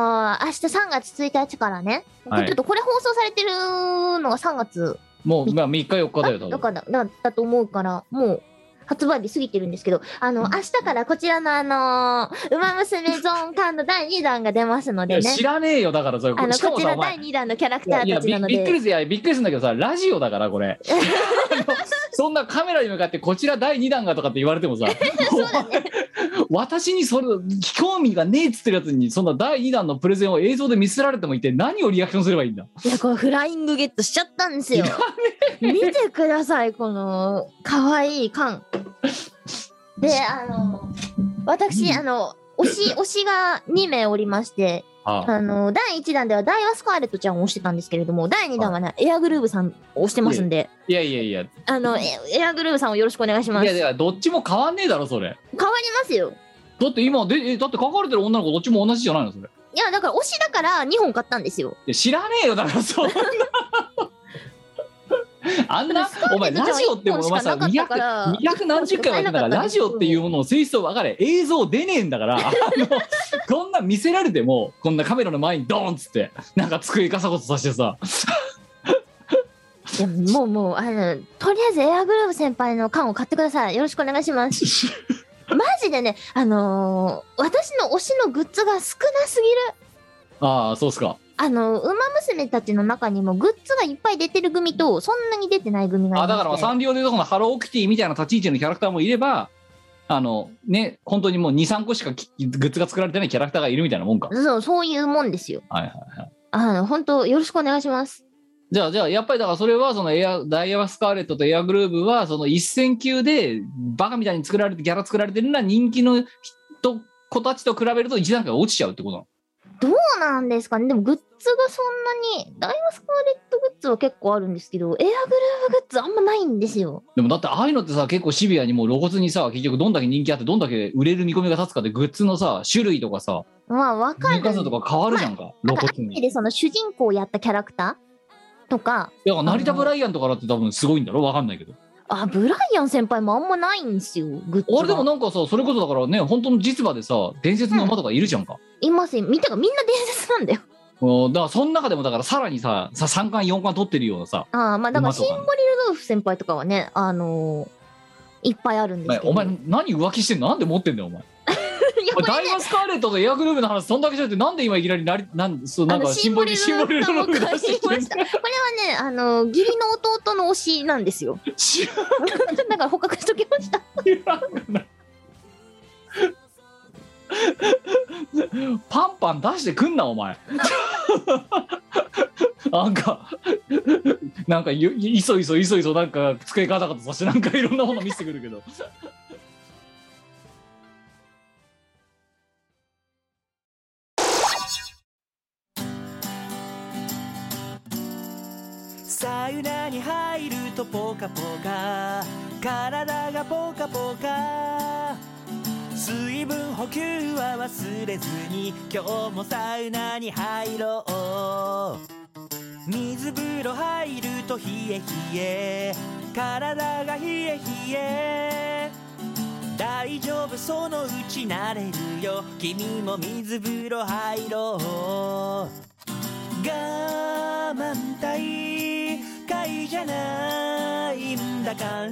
3月1日からね、ちょっとこれ放送されてるのが3月もう3日4日だよ多分だと思うから、もう発売日過ぎてるんですけど、明日からこちらのウマ娘ゾーンカード第2弾が出ますのでね。 知らねえよ、だからそれ。 こちら第2弾のキャラクターたちなので。 びっくりするんだけどさ、ラジオだからこれ。そんなカメラに向かってこちら第2弾がとかって言われてもさ、そうだね、私にそれ興味がねえっつってるやつにそんな第2弾のプレゼンを映像で見せられてもいて何をリアクションすればいいんだ。 いや、これフライングゲットしちゃったんですよ。見てください、この可愛い缶で、私推しが2名おりまして、第1弾ではダイワスカーレットちゃんを推してたんですけれども、第2弾はね、エアグルーヴさんを推してますんで。 いやエアグルーヴさんをよろしくお願いします。 いやどっちも変わんねえだろそれ。 変わりますよ。 だって今だって書かれてる女の子どっちも同じじゃないのそれ。 いやだから推しだから2本買ったんですよ。 いや知らねえよだからそんなあんなお前ラジオってものはさ200何十回はやってんだからラジオっていうものの性質を分かれ、映像出ねえんだからこんな見せられてもこんなカメラの前にドーンっつってなんか机ガサゴサさせてさいやもうとりあえずエアグルーヴ先輩の缶を買ってください。よろしくお願いしますマジでね私の推しのグッズが少なすぎる。 ああそうっすか。 ウマ娘たちの中にもグッズがいっぱい出てる組とそんなに出てない組がいまして、 だからサンリオでいうとこのハローキティみたいな立ち位置のキャラクターもいればね本当にもう 2,3 個しかグッズが作られてないキャラクターがいるみたいなもんか。 そういうもんですよ。本当よろしくお願いします。 じゃあやっぱりだからそれはそのダイワスカーレットとエアグルーヴはその一線級でバカみたいに作られてギャラ作られてるのは人気の子たちと比べると一段階落ちちゃうってことなの。 どうなんですかね。でもグッズがそんなにダイワスカーレットグッズは結構あるんですけど、エアグルーヴグッズあんまないんですよ。 でもだってああいうのってさ結構シビアにもう露骨にさ結局どんだけ人気あってどんだけ売れる見込みが立つかでグッズのさ種類とかさまあ分かる数とか変わるじゃんか、 露骨に。でその主人公をやったキャラクターとか成田ブライアンとかだって多分すごいんだろ分かんないけど。 ブライアン先輩もあんまないんですよグッズが。 あれでもなんかさそれこそだからね本当の実馬でさ伝説の馬とかいるじゃんか、 いますよ。みんな伝説なんだよ。 だからその中でもだからさらにさ3冠4冠取ってるようなさまあだからシンボリルドルフ先輩とかはねいっぱいあるんですけど。 お前何浮気してんの。なんで持ってんだよお前ダイワスカーレットとエアグルーヴの話そんだけじゃなくてなんで今いきなりなんかシンボリルドルフ出してきてんだ。 これはね義理の弟の推しなんですよだから捕獲しときましたパンパン出してくんなお前なんかいそいそなんか机ガタガタさせてなんかいろんなもの見せてくるけどサウナに入るとポカポカ、体がポカポカ、水分補給は忘れずに今日もサウナに入ろう。水風呂入ると冷え冷え、体が冷え冷え、大丈夫そのうち慣れるよ、君も水風呂入ろう。我慢大会じゃないんだから、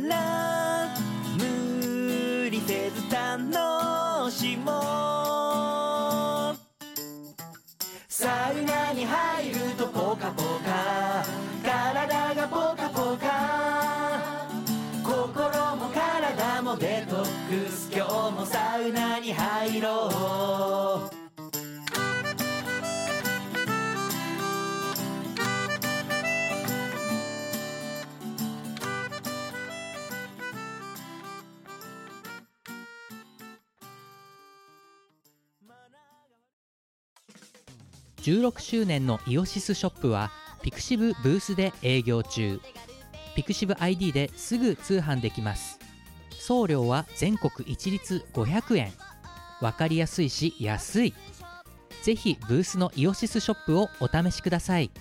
無理せず楽しもう。サウナに入るとポカポカ、体がポカポカ、心も体もデトックス、今日もサウナに入ろう。 16周年のイオシスショップはピクシブブースで営業中。ピクシブ ID ですぐ通販できます。送料は全国一律500円。わかりやすいし安い。ぜひブースのイオシスショップをお試しください。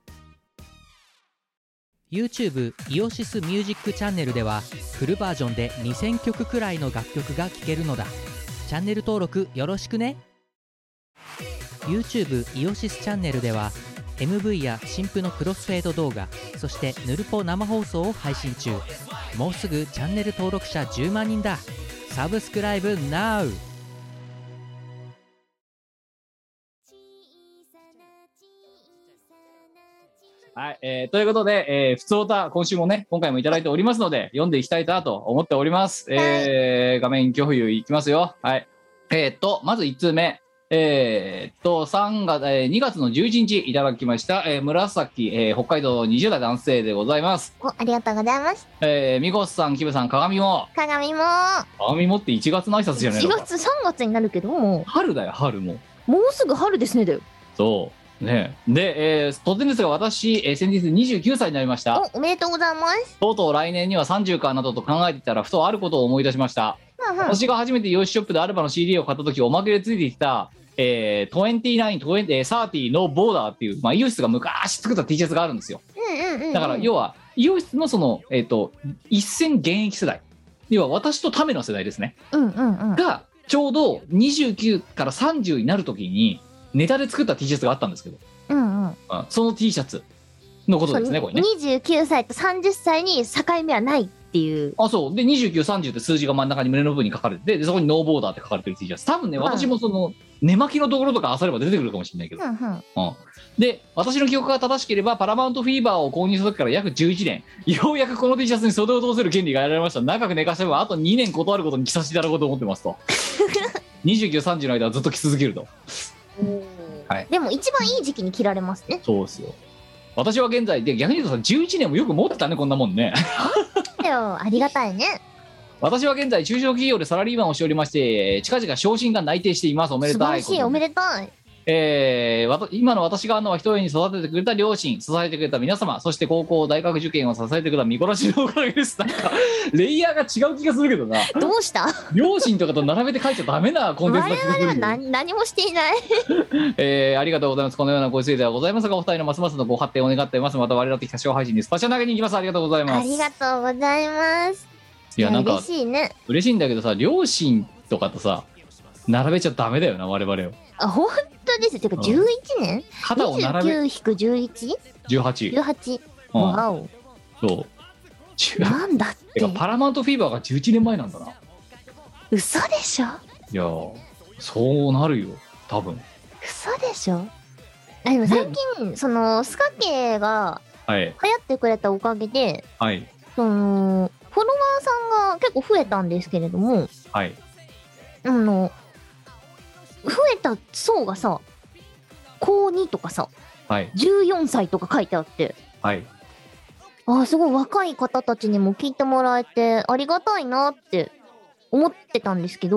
YouTube イオシスミュージックチャンネルではフルバージョンで2000曲くらいの楽曲が聴けるのだ。チャンネル登録よろしくね。YouTube イオシスチャンネルでは MV や新譜のクロスフェード動画、そしてヌルポ生放送を配信中。もうすぐチャンネル登録者10万人だ。サブスクライブ NOW。 はい、ということで、ふつおた今週もね今回もいただいておりますので読んでいきたいなと思っております。画面共有いきますよ。はい。まず1通目。2月の11日いただきました、紫、北海道20代男性でございます。 ありがとうございます。 ミコスさん、キムさん、鏡もって1月の挨拶じゃないのか。 1月3月になるけどもう春だよ。春ももうすぐ春ですね。だよ。 そうね。で、突然ですが私、先日29歳になりました。 おめでとうございます。 とうとう来年には30かなどと考えていたらふとあることを思い出しました。私が初めてイオシスショップでアルバの CD を買った時おまけでついてきた30のボーダーっていう、イオシスが昔作った T シャツがあるんですよ。だから要はイオシスのその、一線現役世代、要は私とための世代ですね、がちょうど29から30になる時にネタで作った T シャツがあったんですけど、その T シャツのことですね。これね 29歳と30歳に境目はないっていう。 そうで29、30って数字が真ん中に胸の部分に書かれてて、でそこにノーボーダーって書かれてる T シャツ、多分ね、私もその寝巻きのところとか漁れば出てくるかもしれないけど、で私の記憶が正しければパラマウントフィーバーを購入した時から約11年、ようやくこの T シャツに袖を通せる権利が得られました。長く寝かせばあと2年断ることに着させていただこうと思ってますと29、30の間はずっと着続けるとはい、 でも一番いい時期に着られますね。 そうですよ。私は現在で逆に言うとさ、11年もよく持ってたね、こんなもんねありがたいね。 私は現在中小企業でサラリーマンをしておりまして、近々昇進が内定しています。おめでたい。 素晴らしい、おめでたい。 今の私があるのは一重に育ててくれた両親、支えてくれた皆様、そして高校大学受験を支えてくれたミコラジのおかげです。なんかレイヤーが違う気がするけどな。 どうした両親とかと並べて書いちゃダメなコンテンツだ気がする。 我々は何もしていないありがとうございます。このようなご時世ではございますが、お二人のますますのご発展を願っています。また我々と多少配信にスパチャ投げに行きます。ありがとうございます。 ありがとうございます。 いや、なんか嬉しいね。 嬉しいんだけどさ、両親とかとさ並べちゃダメだよな、我々を。 本当です。てか11年、 肩を並べ 29-11?18 わお。 そうなんだって。 パラマウントフィーバーが11年前なんだな。 嘘でしょ。 いやそうなるよ多分。 嘘でしょ。でも最近そのスカ系が流行ってくれたおかげで、そのフォロワーさんが結構増えたんですけれども、増えた層がさ、高2とかさ、14歳とか書いてあって、すごい若い方たちにも聞いてもらえてありがたいなって思ってたんですけ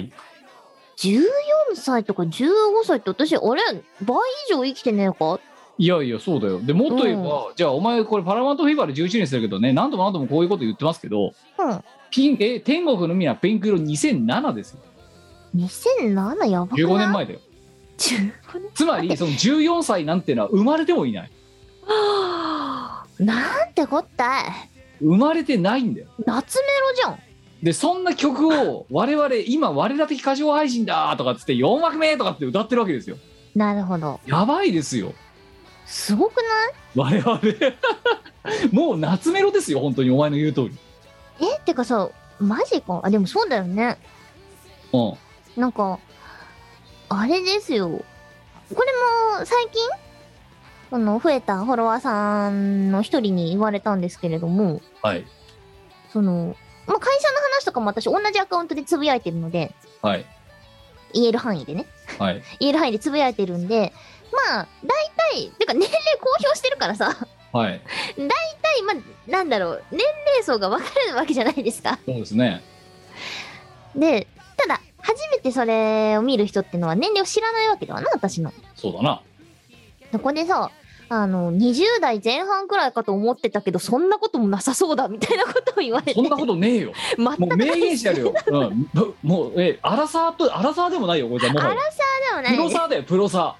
ど、14歳とか15歳って私、あれ倍以上生きてねえかっいやいやそうだよ。でもっと言えば、じゃあお前これパラマウントフィーバーで11年するけどね、何度もこういうこと言ってますけど、天国の海はピンク色2007ですよ。 2007やばくない？ 15年前だよ。 15年つまりその14歳なんてのは生まれてもいない。 なんてこったい。 生まれてないんだよ。 夏メロじゃん。 でそんな曲を我々今我ら的歌唱配信だとかっつって4枠目とかって歌ってるわけですよ。 なるほど。 やばいですよ。 すごくない？ 我々もう夏メロですよ本当にお前の言う通り。 てかさ、マジか。あ、でもそうだよね。なんかあれですよ。これも最近増えたフォロワーさんの一人に言われたんですけれども、 はい。 会社の話とかも私同じアカウントでつぶやいてるので、 はい。 言える範囲でね。 はい。 言える範囲でつぶやいてるんで、まあ大体てか年齢公表してるからさ。 はい。 大体なんだろう、年齢層が分かるわけじゃないですか。 そうですね。 で、ただ初めてそれを見る人ってのは年齢を知らないわけだわな、私の。 そうだな。 そこでさ、20代前半くらいかと思ってたけど、そんなこともなさそうだみたいなことを言われて。 そんなことねえよ。もう明言してやるよ。もうアラサーでもないよこれじゃもう。 アラサーでもない。 プロサーだよプロサ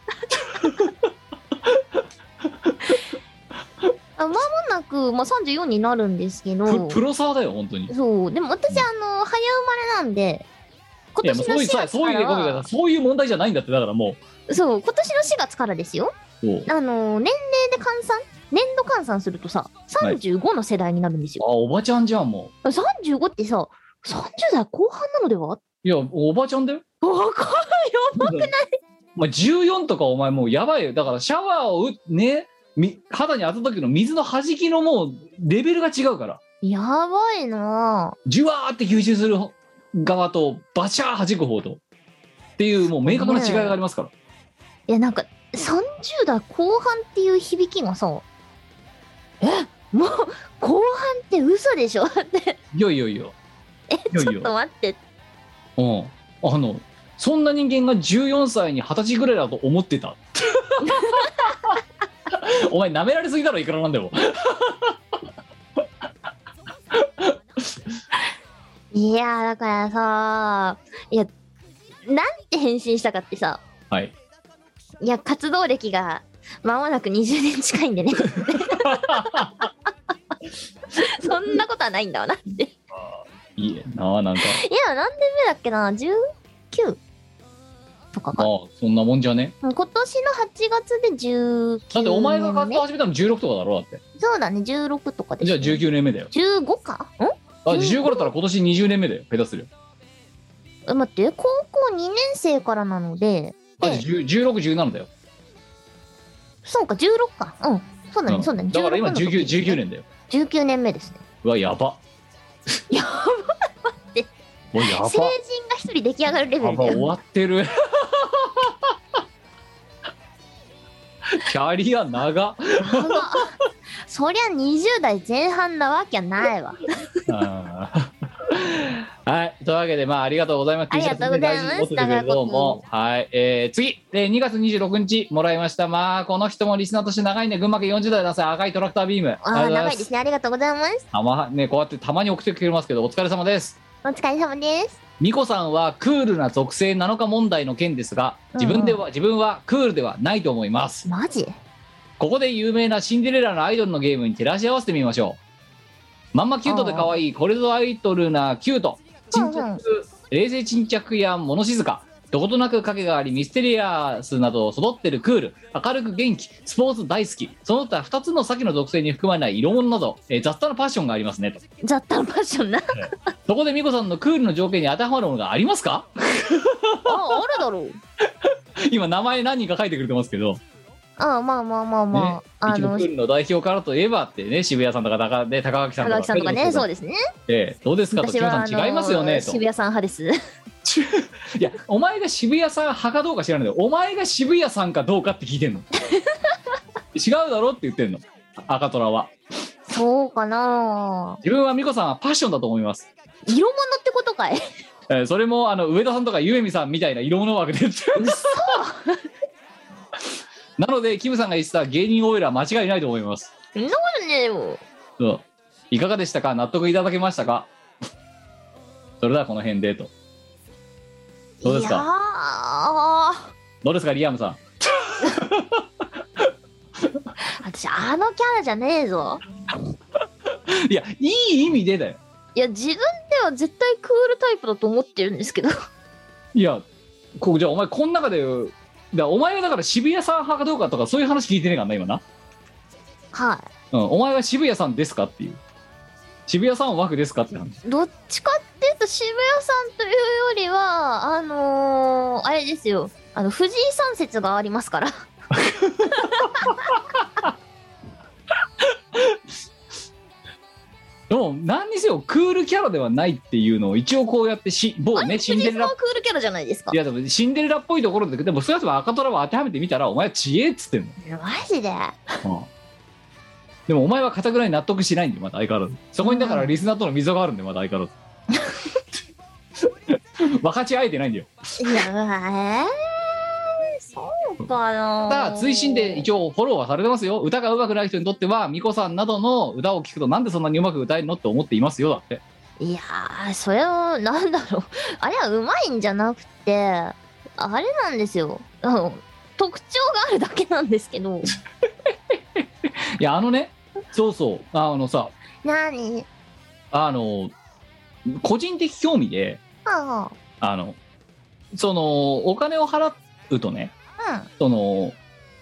ー。間もなく、34になるんですけど。 プロサーだよ本当に。 そう。でも私早生まれなんで、今年の4月からはそういう問題じゃないんだって。だからもう。そう今年の4月からですよ。年齢で年度換算するとさ、35の世代になるんですよ。 あ、おばちゃんじゃんもう。35ってさ、30代後半なのでは？ いや、おばちゃんだよ。 若い、やばくない？ まあ、14とかお前もうやばいよ。だからシャワーを肌に当たった時の水の弾きのもうレベルが違うから。 やばいなぁ。 ジュワーって吸収する側とバシャー弾く方とっていうもう明確な違いがありますから。 いやなんか30代後半っていう響きがさ、もう後半って嘘でしょって。 いやちょっと待って。 そんな人間が14歳に20歳ぐらいだと思ってた。お前舐められすぎだろ。いくらなんでも。 いやだからさ、いやなんて返信したかってさ、 はい。 いや活動歴が間もなく20年近いんでね。そんなことはないんだわなって。 いいな、なんか。 いや何年目だっけな、19とかか。 そんなもんじゃね。 今年の8月で19年目。 だってお前が活動始めたの16とかだろ。だってそうだね、16とかで、 じゃあ19年目だよ。 15か。 15だったら今年20年目だよ。下手するよ。 待って、高校2年生からなので 16、17だよ。 そうか、16か。そうだね、そうだね。 だから今19年だよ。 19年目ですね。 うわ、やば。 やば、待って。 もうやば。 成人が一人出来上がるレベルだよ。 終わってる。キャリア長。 そりゃ20代前半なわけないわ。 はい、というわけでありがとうございます。 ありがとうございます。 どうも。はい、次、2月26日もらいました。この人もリスナーとして長いね。群馬県40代男性、赤いトラクタービーム。 長いですね。ありがとうございます。 こうやってたまに送ってくれますけど、お疲れ様です。 お疲れ様です。 ミコさんはクールな属性なのか問題の件ですが、自分はクールではないと思います。 マジ？ ここで有名なシンデレラのアイドルのゲームに照らし合わせてみましょう。まんまキュートで可愛いこれぞアイドルなキュート、冷静沈着や物静か、どことなく影がありミステリアスなど揃ってるクール、明るく元気、スポーツ大好き、その他2つの先の属性に含まれない色物など、雑多なパッションがありますねと。 雑多なパッションな。 そこでミコさんのクールの条件に当てはまるものがありますか？ あるだろう。 今名前何人か書いてくれてますけど。 まあ、 クールの代表からといえばってね、渋谷さんとか高垣さんとかね、そうですね。 どうですかと。渋谷さん違いますよねと。 渋谷さん派です。 いや、お前が渋谷さん派かどうか知らないけど、お前が渋谷さんかどうかって聞いてんの。違うだろって言ってんの、赤虎は。 そうかな。 自分は美子さんはパッションだと思います。 色物ってことかい。 それも上田さんとかゆえみさんみたいな色物枠で言ってる。 なのでキムさんが言ってた芸人 OL は間違いないと思います。 そんなことねえよ。 そう、いかがでしたか、納得いただけましたか。それではこの辺でと。どうですか。どうですかリアムさん。 私あのキャラじゃねえぞ。 いや、いい意味でだよ。 いや、自分では絶対クールタイプだと思ってるんですけど。 いや、じゃあお前この中でお前はだから渋谷さん派かどうかとかそういう話聞いてねえからな今な。 はい、 お前は渋谷さんですかっていう、渋谷さん枠ですかって話。 どっちかっていうと渋谷さんというよりはあれですよ、藤井さん説がありますからでも何にせよクールキャラではないっていうのを一応こうやって某ねシンデレラ、 クールキャラじゃないですか。 いやでもシンデレラっぽいところでも少なくとも赤虎は当てはめてみたらお前は知恵っつってんの。 マジで、 でもお前は堅くらい納得しないんでまだ相変わらずそこにだからリスナーとの溝があるんでまだ相変わらず分かち合えてないんだよ。 いやそうかな。 ただ追伸で一応フォローはされてますよ。歌が上手くない人にとってはミコさんなどの歌を聴くとなんでそんなに上手く歌えるのって思っていますよだって。 いやーそれはなんだろう、あれは上手いんじゃなくてあれなんですよ、特徴があるだけなんですけどいやそうそうさ何個人的興味でそのお金を払うとね、その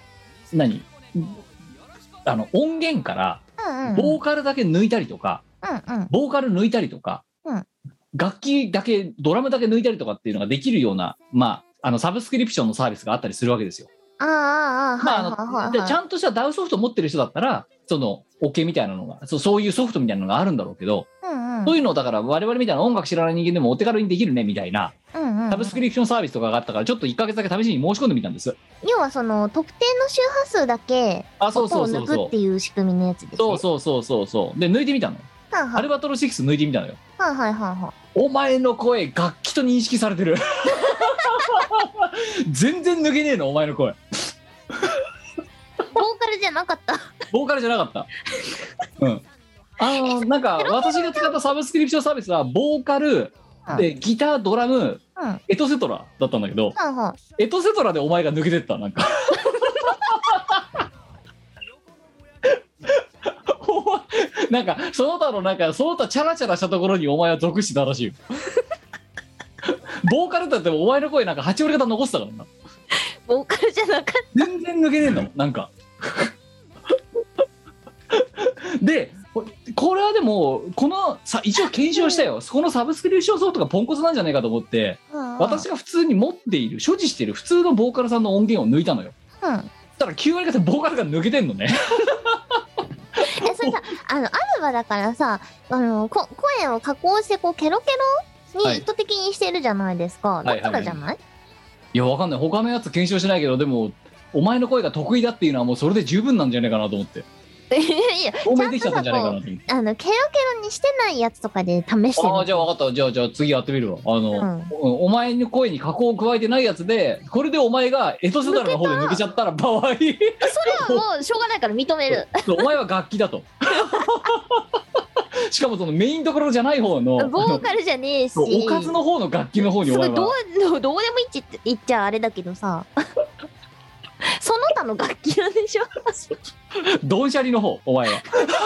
音源からボーカルだけ抜いたりとか、ボーカル抜いたりとか、楽器だけドラムだけ抜いたりとかっていうのができるようなサブスクリプションのサービスがあったりするわけですよ。ちゃんとした DAW ソフト持ってる人だったらその OK みたいなのがそういうソフトみたいなのがあるんだろうけど、そういうのをだから我々みたいな音楽知らない人間でもお手軽にできるねみたいなサブスクリプションサービスとかがあったからちょっと1ヶ月だけ試しに申し込んでみたんです。 要はその特定の周波数だけ音を抜くっていう仕組みのやつですね。 そうで抜いてみたの。アルバトロ6抜いてみたのよ。お前の声楽器と認識されてる全然抜けねえのお前の声ボーカルじゃなかったボーカルじゃなかったなんか私が使ったサブスクリプションサービスはボーカルでギタードラム、エトセトラだったんだけど、エトセトラでお前が抜けてったなんかなんかその他のその他チャラチャラしたところにお前は属してたらしいよボーカルだってお前の声なんか8割方残ってたからな。 ボーカルじゃなかった。 全然抜けねえんだもんなんかでこれはでもこの一応検証したよ。このサブスクリプションソフトがポンコツなんじゃないかと思って、私が普通に持っている所持している普通のボーカルさんの音源を抜いたのよ。そしたら9割方ボーカルが抜けてんのねそれさアルバだからさ声を加工してこうケロケロに意図的にしてるじゃないですか、だからじゃない？ いやわかんない、他のやつ検証しないけど、でもお前の声が得意だっていうのはもうそれで十分なんじゃないかなと思っていや透明できちゃったんじゃないかなと思って、 ケロケロにしてないやつとかで試してる。 じゃあ分かった、じゃあ次やってみるわ。お前の声に加工を加えてないやつで、これでお前がエトセトラの方で抜けちゃったら場合それはもうしょうがないから認めるお前は楽器だとしかもそのメインどころじゃない方のボーカルじゃねえしおかずの方の楽器の方にお前はどうでもいいって言っちゃあれだけどさその他の楽器なんでしょドンシャリの方お前は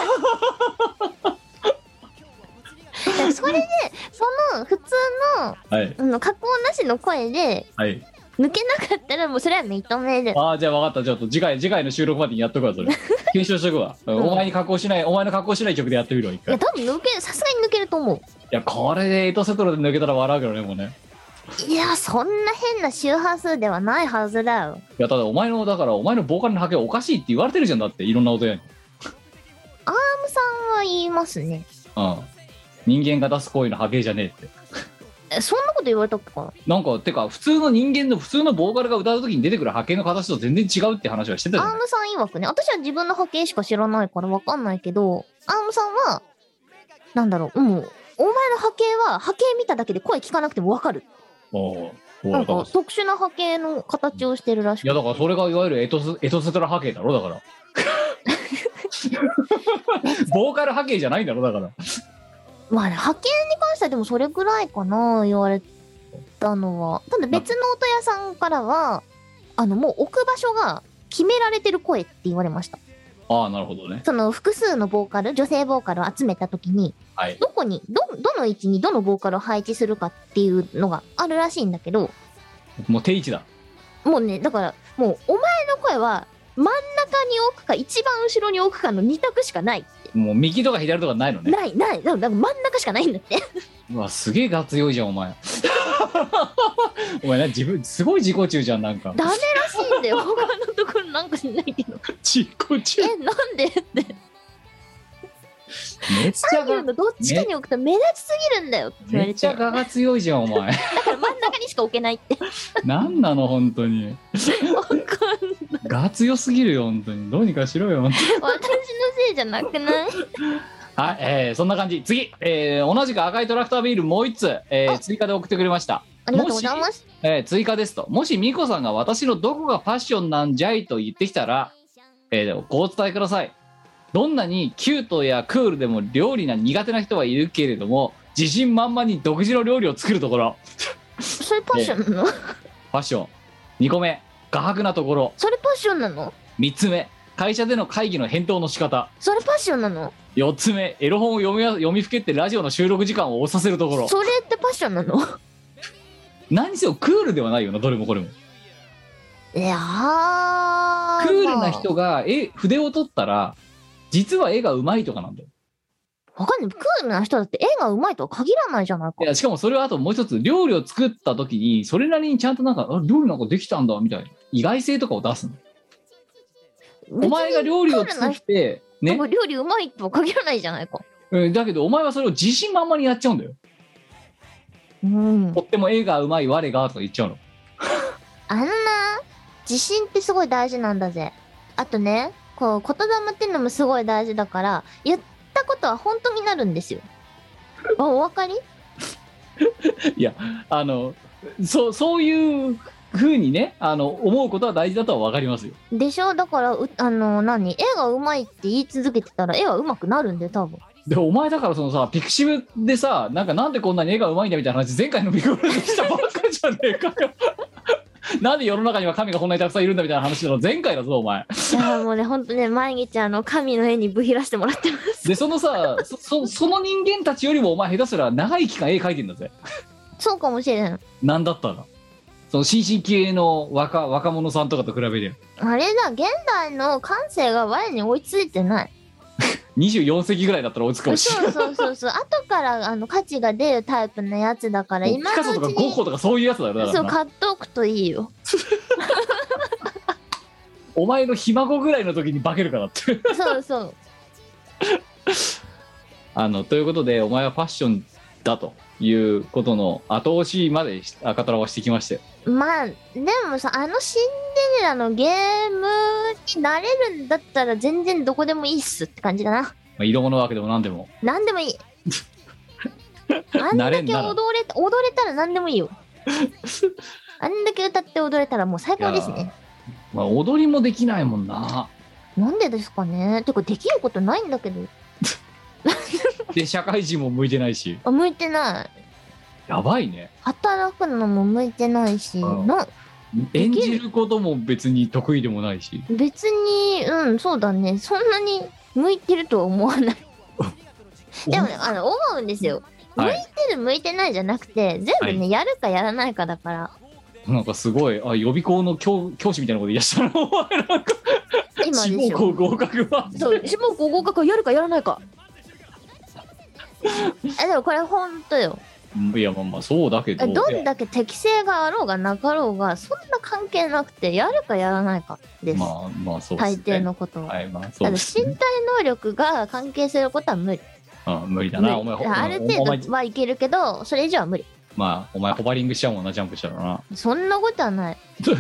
それでその普通の、加工なしの声で、抜けなかったらもうそれは認める。 じゃあ分かった、ちょっと次回の収録までにやっとくわそれ検証しとくわ、お前の加工しない曲でやってみろ一回。 いや多分さすがに抜けると思う。いやこれでエトセトラで抜けたら笑うけどねもうね。 いやそんな変な周波数ではないはずだよ。 いやただお前のボーカルの波形おかしいって言われてるじゃん、だっていろんな音やに。 アームさんは言いますね。 人間が出す声の波形じゃねえってそんなこと言われたっけかな。なんかてか普通の人間の普通のボーカルが歌う時に出てくる波形の形と全然違うって話はしてたじゃん。 アームさん曰くね、私は自分の波形しか知らないから分かんないけど、アームさんはなんだろう、もうお前の波形は波形見ただけで声聞かなくても分かる。 なんか特殊な波形の形をしてるらしくて。 いやだからそれがいわゆるエトセトラ波形だろだからボーカル波形じゃないんだろだから。 まあ、ね、波形に関してはでもそれぐらいかな言われたのは。ただ別の音屋さんからはもう置く場所が決められてる声って言われました。 ああ、なるほどね。 その複数のボーカル、女性ボーカルを集めた時に、はい、どこにどの位置にどのボーカルを配置するかっていうのがあるらしいんだけど、 もう定位置だ。 もうね、だからもうお前の声は真ん中に置くか一番後ろに置くかの2択しかないって。 もう右とか左とかないのね。 ないだから真ん中しかないんだってうわ、すげえが強いじゃんお前お前自分すごい自己中じゃん。なんかダメらしいんだよ他のところなんかしないけど自己中なんでってめっちゃ左右のどっちかに置くと目立ちすぎるんだよって言われて。 めっちゃ我が強いじゃんお前だから真ん中にしか置けないってなんなの本当にわかんない。 我強すぎるよ本当に。どうにかしろよ私のせいじゃなくないはい、そんな感じ。次、同じく赤いトラクタービールもう1つ、追加で送ってくれました。 ありがとうございます。 追加ですと、もしミコさんが私のどこがファッションなんじゃいと言ってきたら、ごお伝えください。どんなにキュートやクールでも料理が苦手な人はいるけれども、自信満々に独自の料理を作るところそれパッションなの？ ファッション。2個目、画伯なところ。 それパッションなの ？3つ目、会社での会議の返答の仕方。 それパッションなの ？4つ目、エロ本を読みふけってラジオの収録時間を押させるところ。 それってパッションなの？ 何せよクールではないよな、どれもこれも。 いやー、 クールな人が筆を取ったら実は絵がうまいとかなんだよ。 わかんない。クールな人だって絵がうまいとは限らないじゃないか。 いや、しかもそれはあともう一つ、料理を作った時にそれなりにちゃんとなんか料理なんかできたんだみたいな意外性とかを出すの。お前が料理を作ってね、 料理うまいとは限らないじゃないか。 だけどお前はそれを自信満々にやっちゃうんだよ。とっても絵がうまい我がとか言っちゃうの。 自信ってすごい大事なんだぜ。あとね、こう言霊っていうのもすごい大事だから、言ったことは本当になるんですよ。お分かり？ いや、そういう風にね、思うことは大事だとは分かりますよ。 でしょ。だから絵がうまいって言い続けてたら絵はうまくなるんだよ多分。 でお前だからそのさ、ピクシブでさ、なんでこんなに絵がうまいんだみたいな話前回のビッグブラでしたばっかじゃねえかよなんで世の中には神がこんなにたくさんいるんだみたいな話の前回だぞお前。 いやもうね、ほんとね、毎日神の絵にブヒらしてもらってます。 でそのさその人間たちよりもお前下手すら長い期間絵描いてんだぜ。 そうかもしれん。 なんだったらその新進気鋭の若者さんとかと比べてあれだ、現代の感性が我に追いついてない。 24世紀ぐらいだったら追いつくかもしれない。 そう後から価値が出るタイプのやつだから、 今のうちにピカソとかゴッホとかそういうやつだよ。だからそう買っておくといいよお前のひ孫ぐらいの時に化けるからってそうということでお前はファッションだということの後押しまで赤虎はしてきまして、 まあでもさ、シンデレラのゲームになれるんだったら全然どこでもいいっすって感じかな。 まあ、色物枠でも何でも何でもいいあんだけ踊れたら何でもいいよあんだけ歌って踊れたらもう最高ですね。 まあ踊りもできないもんな。 なんでですかね。てかできることないんだけどで社会人も向いてないし。 向いてない。 やばいね。 働くのも向いてないし、 演じることも別に得意でもないし。 別にそうだね、そんなに向いてるとは思わないでもね、思うんですよ、向いてる向いてないじゃなくて全部ね、やるかやらないかだから。 なんかすごい予備校の教師みたいなこと言い出したのお前なんか今でしょ。 志望校合格はそう、志望校合格はやるかやらないかでもこれほんとよ。 いやまあそうだけど、 どんだけ適性があろうがなかろうがそんな関係なくて、やるかやらないかです。 まあそうですね、 大抵のことは。 はい、まあそうですね、 身体能力が関係することは無理。 無理だな。お前ある程度はいけるけどそれ以上は無理。 まあお前ホバリングしちゃうもんな、ジャンプしたらな。 そんなことはない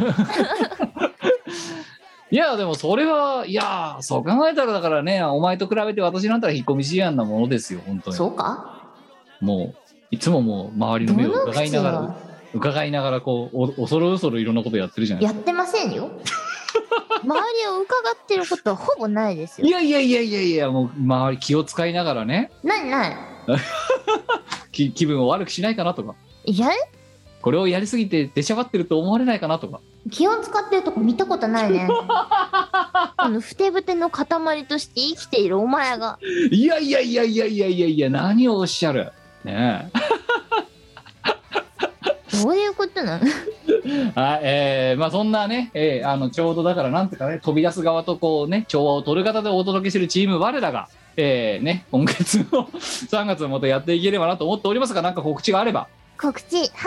いやでもそれは、いやそう考えたらだからね、お前と比べて私なんたら引っ込み思案なものですよ本当に。 そうか。 もういつももう周りの目を伺いながら伺いながらこう恐る恐るいろんなことやってるじゃないですか。 やってませんよ。周りを伺ってることはほぼないですよ。 いやもう周り気を使いながらね。 ない気分を悪くしないかなとか。これをやりすぎて出しゃばってると思われないかなとか。 気を使ってるとこ見たことないね。ふてぶての塊として生きているお前が。 いや何をおっしゃるねえ。どういうことなの？ はい、まあそんなね、ちょうどだからなんていうかね、飛び出す側とこうね調和を取る方でお届けするチーム我らが、ね、今月の3月のまたやっていければなと思っておりますが、なんか告知があれば。 告知、はい。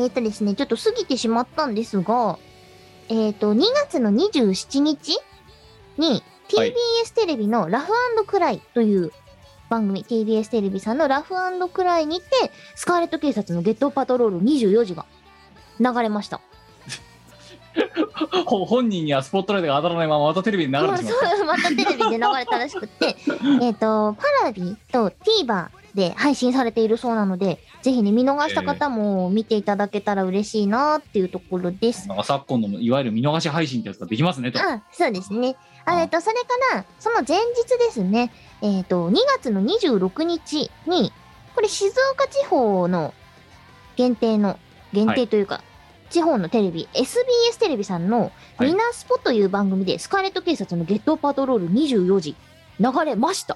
ですね、ちょっと過ぎてしまったんですが、2月の27日に TBS テレビのラフ&クライという番組、TBS テレビさんのラフ&クライにてスカーレット警察のゲットパトロール24時が流れました。 本人にはスポットライトが当たらないまままたテレビに流れてしまった。 またテレビで流れたらしくてパラビと TVer で配信されているそうなので、ぜひね見逃した方も見ていただけたら嬉しいなっていうところです。 昨今のいわゆる見逃し配信ってやつができますねと。 そうですね。それからその前日ですね、2月の26日にこれ静岡地方の限定というか、地方のテレビ SBS テレビさんのミナスポという番組でスカーレット警察のゲットパトロール24時流れました。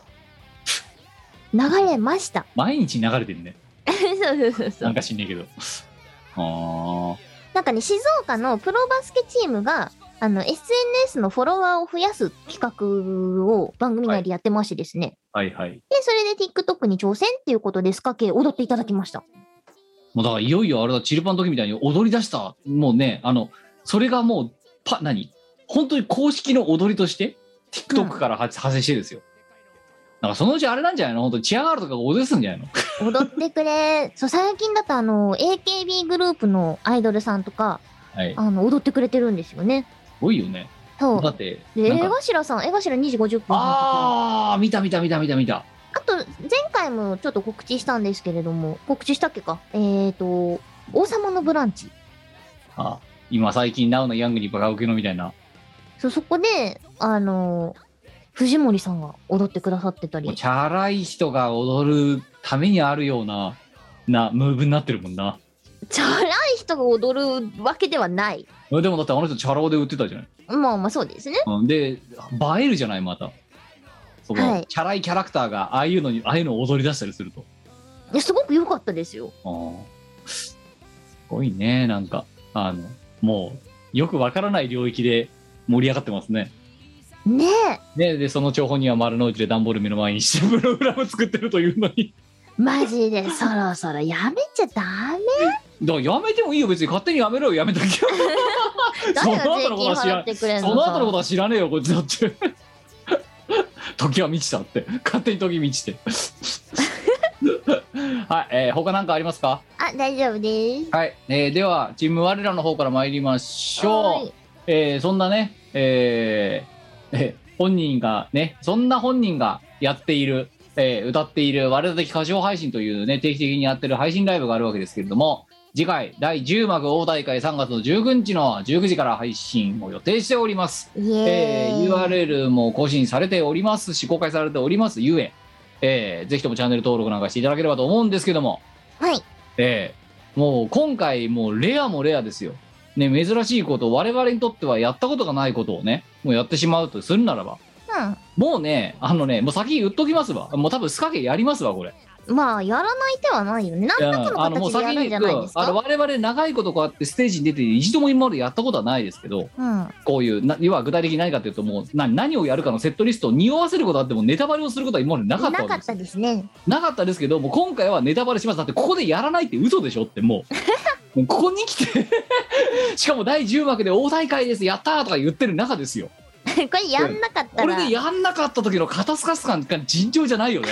毎日流れてるね。 そうなんか知んねえけど。 なんかね、静岡のプロバスケチームがSNS のフォロワーを増やす企画を番組内でやってましてですね。 でそれで TikTok に挑戦っていうことでスカ系踊っていただきました。 もうだからいよいよあれだ、チルパンの時みたいに踊り出した。もうね、それがもう本当に公式の踊りとして TikTok から派生してですよ。なんかそのうちあれなんじゃないの、本当にチアガールとか踊りすんじゃないの。 踊ってくれ。そう、最近だとAKB グループのアイドルさんとか、踊ってくれてるんですよね。 すごいよね。 そうだって江頭さん、江頭2時50分。 見た。 あと前回もちょっと告知したんですけれども、告知したっけか、王様のブランチ。 今最近ナウのヤングにバカウケのみたいな。 そこで藤森さんが踊ってくださってたり。 チャラい人が踊るためにあるようなムーブになってるもんな。 チャラい人が踊るわけではない。 でもだってあの人チャラ男で売ってたじゃない。 まあそうですね。 で映えるじゃない、またその、チャラいキャラクターがああいうのを踊り出したりすると。 すごく良かったですよ。 すごいね。なんかもうよくわからない領域で盛り上がってますね。でその張本人は丸の内で段ボール目の前にしてプログラム作ってるというのにマジでそろそろやめちゃダメ。 だからやめてもいいよ、別に勝手にやめろよ、やめときよ。 誰が税金払ってくれんの。 その後のことは知らねえよこっちだって時は満ちたって勝手に時満ちてはい、他なんかありますか。 大丈夫です。 はい、ではチーム我らの方から参りましょう。そんなね、本人がやっている、歌っている我ら的歌唱配信というね、定期的にやってる配信ライブがあるわけですけれども、次回第10幕大大会3月の19日の19時から配信を予定しております。URL も更新されておりますし、公開されておりますゆえ、ぜひともチャンネル登録なんかしていただければと思うんですけども、もう今回もうレアもレアですよね。珍しいことを我々にとってはやったことがないことをね、もうやってしまうとするならば、もうね、もう先言っときますわ。もう多分スカ系やりますわこれ。 まあやらない手はないよね。何らかの形でやるんじゃないですか。 我々長いことこうやってステージに出て一度も今までやったことはないですけど、こういう要は具体的に何かというと、もう何をやるかのセットリストを匂わせることあってもネタバレをすることは今までなかったわけです。 なかったですね。 なかったですけども、今回はネタバレします。だってここでやらないって嘘でしょってもうここに来てしかも第10幕で大大会ですやったーとか言ってる中ですよこれやんなかったら、 これでやんなかった時の肩透かす感が尋常じゃないよね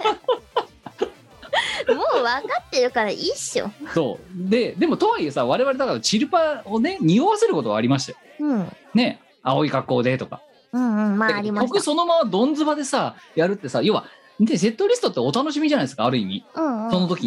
もう分かってるからいいっしょ。 そうでもとはいえさ、我々だからチルパをね匂わせることはありましたよ、ね、青い格好でとか、 まあありました。 僕そのままどんずばでさやるってさ、要はでセットリストってお楽しみじゃないですか、ある意味、その時に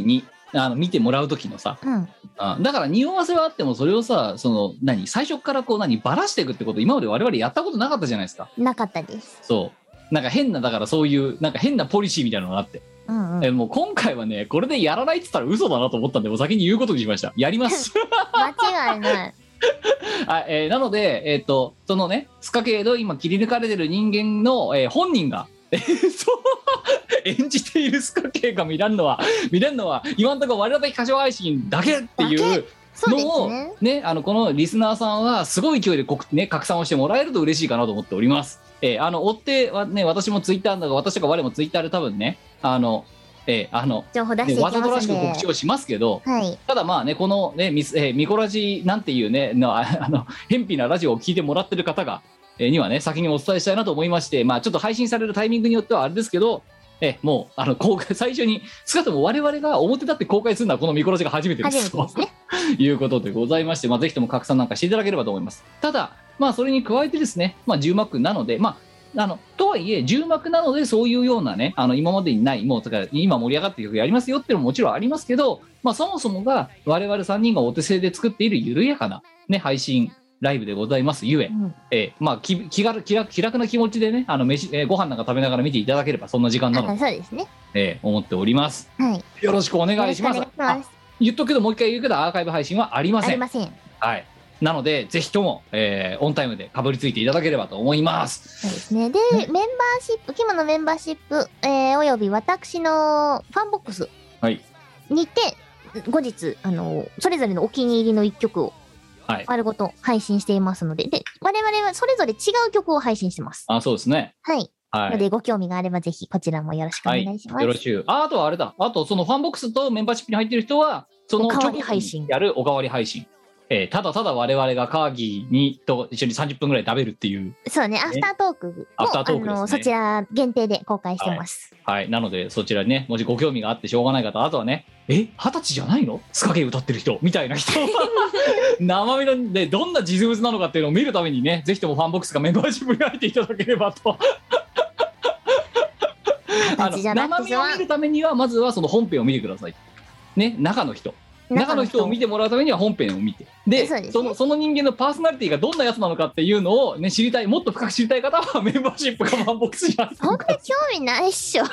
見てもらう時のさ、だから匂わせはあってもそれをさ、最初からこうバラしていくってこと今まで我々やったことなかったじゃないですか。 なかったです。 そうなんか変な、だからそういうなんか変なポリシーみたいなのがあって、もう今回はねこれでやらないって言ったら嘘だなと思ったんで、もう先に言うことにしました。やります間違いないなのでそのねスカ系の今切り抜かれてる人間の、本人が演じているスカ系が見らんのは今のところ我々的歌唱配信だけっていうのをね、このリスナーさんはすごい勢いで拡散をしてもらえると嬉しいかなと思っております。追ってはね、私もツイッターだが私とか我もツイッターで多分ね情報出していきますんで、 わざとらしく告知をしますけど、ただまあねこのねミコラジなんていうね偏僻なラジオを聞いてもらってる方がにはね先にお伝えしたいなと思いまして、まあちょっと配信されるタイミングによってはあれですけど、もう公開最初に少なくとも我々が表立って公開するのはこのミコラジが初めてですということでございまして、ぜひとも拡散なんかしていただければと思います。ただそれに加えてですね、10幕なのでとはいえ10幕なのでそういうようなね今までにないもうだから今盛り上がっている曲やりますよっていうのももちろんありますけど、そもそもが我々3人がお手製で作っている緩やかな、ね、配信ライブでございますゆえ、気楽な気持ちでねご飯なんか食べながら見ていただければそんな時間なので、 そうですね、 思っております、よろしくお願いします。言っとくけどもう一回言うけどアーカイブ配信はありません。はい、なのでぜひとも、オンタイムでかぶりついていただければと思います。 そうですね。で、メンバーシップキムのメンバーシップ、および私のファンボックスにて、後日それぞれのお気に入りの一曲を丸ごと配信していますので、で我々はそれぞれ違う曲を配信してます。 そうですね。 なのでご興味があればぜひこちらもよろしくお願いします。 よろしく。あとはあれだ。あとそのファンボックスとメンバーシップに入ってる人はその直後にやるおかわり配信。ただただ我々がカーギーと一緒に30分ぐらい食べるっていう。 そうね、アフタートークもそちら限定で公開してます。 はい、なのでそちらね、もしご興味があってしょうがない方、あとはね、20歳じゃないのスカケ歌ってる人みたいな人生身のでどんな実物なのかっていうのを見るためにね、ぜひともファンボックスかメンバーシップに入っていただければと生身を見るためにはまずはその本編を見てくださいね。中の人を見てもらうためには本編を見て、で、その人間のパーソナリティがどんなやつなのかっていうのを、ね、知りたい、もっと深く知りたい方はメンバーシップかファンボックスに入って本当に興味ないっしょ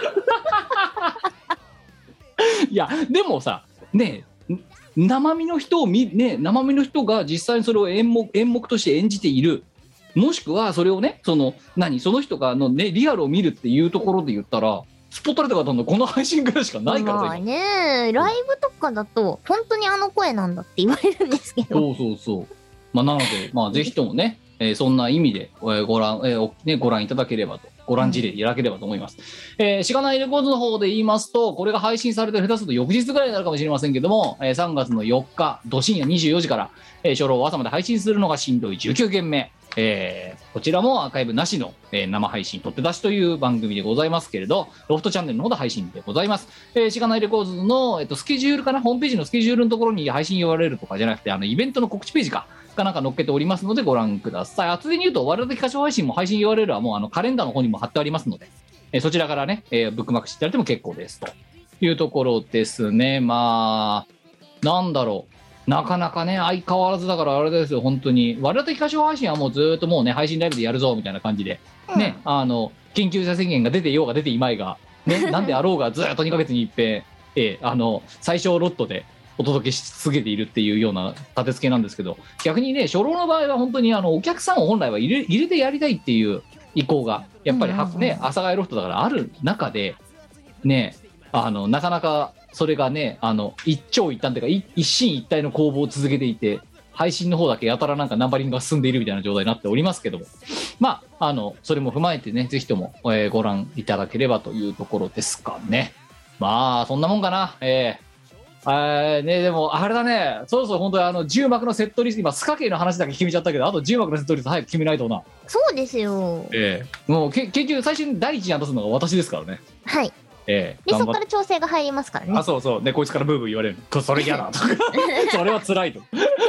いやでもさね、生身の人が実際にそれを演目として演じている、もしくはそれをねその人がリアルを見るっていうところで言ったらスポットライトがどんどんこの配信ぐらいしかないからね、ライブとかだと本当にあの声なんだって言われるんですけど、 そうなのでぜひともね、そんな意味でご覧いただければと、ご覧事例いただければと思います。しがないレコードの方で言いますと、これが配信されてる下手すると翌日ぐらいになるかもしれませんけども、3月の4日ど深夜24時から、初老朝まで配信するのがしんどい19件目、こちらもアーカイブなしの、生配信取って出しという番組でございますけれど、ロフトチャンネルの方で配信でございます。しがないレコーズの、スケジュールかな、ホームページのスケジュールのところに配信 URL とかじゃなくてイベントの告知ページかなんか載っけておりますのでご覧ください。ついでに言うと我々的歌唱配信も配信 URL はもうカレンダーの方にも貼ってありますので、そちらからね、ブックマークしていただいても結構ですというところですね。なんだろう、なかなかね相変わらずだからあれですよ、本当に我々的歌唱配信はもうずっともうね配信ライブでやるぞみたいな感じで、ね、緊急事態宣言が出ていようが出ていまいが、ね、なんであろうがずっと2ヶ月に一遍、最小ロットでお届けし続けているっていうような立て付けなんですけど、逆にね初老の場合は本当にお客さんを本来は入れてやりたいっていう意向がやっぱり阿佐ヶ谷ロフトだからある中でね、なかなかそれがね一長一短というか一進一退の攻防を続けていて、配信の方だけやたらなんかナンバリングが進んでいるみたいな状態になっておりますけども、それも踏まえてねぜひとも、ご覧いただければというところですかね。そんなもんかな。でもあれだね、そろそろ本当に10幕のセットリスト、今スカ系の話だけ決めちゃったけど、あと10幕のセットリスト早く決めないとな。 そうですよ。 もう結局最初に第一に渡すのが私ですからね。 はい。でそこから調整が入りますからね。 そうでこいつからブーブー言われるそれ嫌だとかそれは辛いと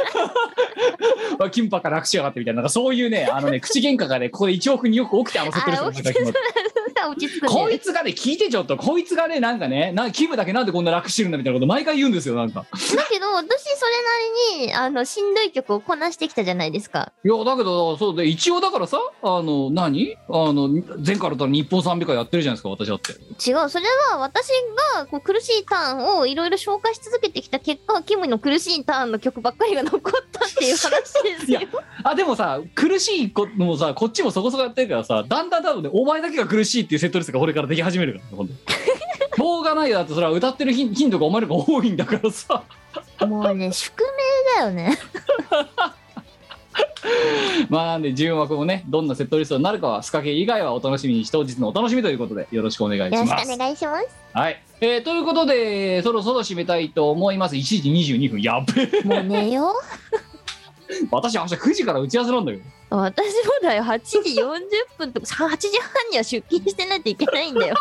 キンパか楽しやがってみたいな、なんかそういうね口喧嘩がねここで1億によく起きてセットリストのら落ち着くんだよね。 こいつがね、聞いてちょっと、こいつがね、なんかね、キムだけなんでこんな楽してるんだみたいなこと毎回言うんですよ、なんか。 だけど、私それなりに、しんどい曲をこなしてきたじゃないですか。 いや、だけど、そうで、一応だからさ、前からだったら日本賛美歌やってるじゃないですか、私だって。 違う、それは私がこう苦しいターンをいろいろ紹介し続けてきた結果、キムの苦しいターンの曲ばっかりが残ったっていう話ですよ。 いや、でもさ、苦しいのもさ、こっちもそこそこやってるからさ、だんだん多分ね、お前だけが苦しいっていうセットリストがこれからでき始めるから、ほんと。しょうがないよ、だってそれは歌ってる頻度がお前の方が多いんだからさ。 もうね、宿命だよね。 まあなんで10枠もね、どんなセットリストになるかはスカ系以外はお楽しみにして、当日のお楽しみということでよろしくお願いします。 よろしくお願いします。 はい、ということでそろそろ締めたいと思います。1時22分、やっべえ、 もう寝よう。 私明日9時から打ち合わせなんだよ。 私もだよ、8時40分とか8時半には出勤してないといけないんだよ。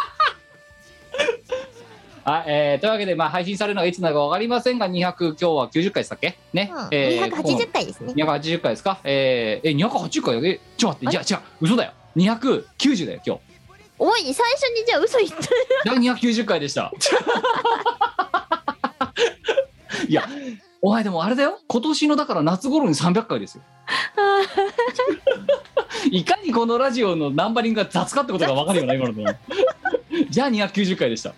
はい、というわけで、配信されるのがいつなのか分かりませんが、今日は90回でしたっけね、 280回ですね。 280回ですか。280回だけ、ちょっと待って、じゃあ違う、嘘だよ、290だよ今日。 おい、最初にじゃあ嘘言った。 じゃあ290回でした。いや、お前でもあれだよ、今年のだから夏頃に300回ですよ。いかにこのラジオのナンバリングが雑かってことが分かるよな、今ので。じゃあ290回でした。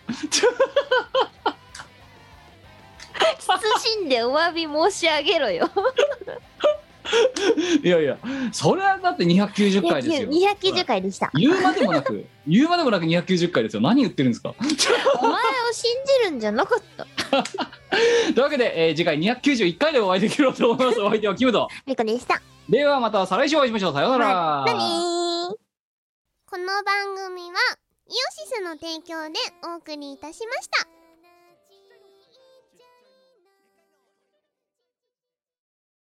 謹んでお詫び申し上げろよ。 いやいや、それはだって290回ですよ。 290回でした。 言うまでもなく290回ですよ。何言ってるんですか。 お前を信じるんじゃなかった。 というわけで、次回291回でお会いできると思います。お相手はキムとミコでした。 ではまた再来週お会いしましょう。さようなら。 なにこの番組はイオシスの提供でお送りいたしました。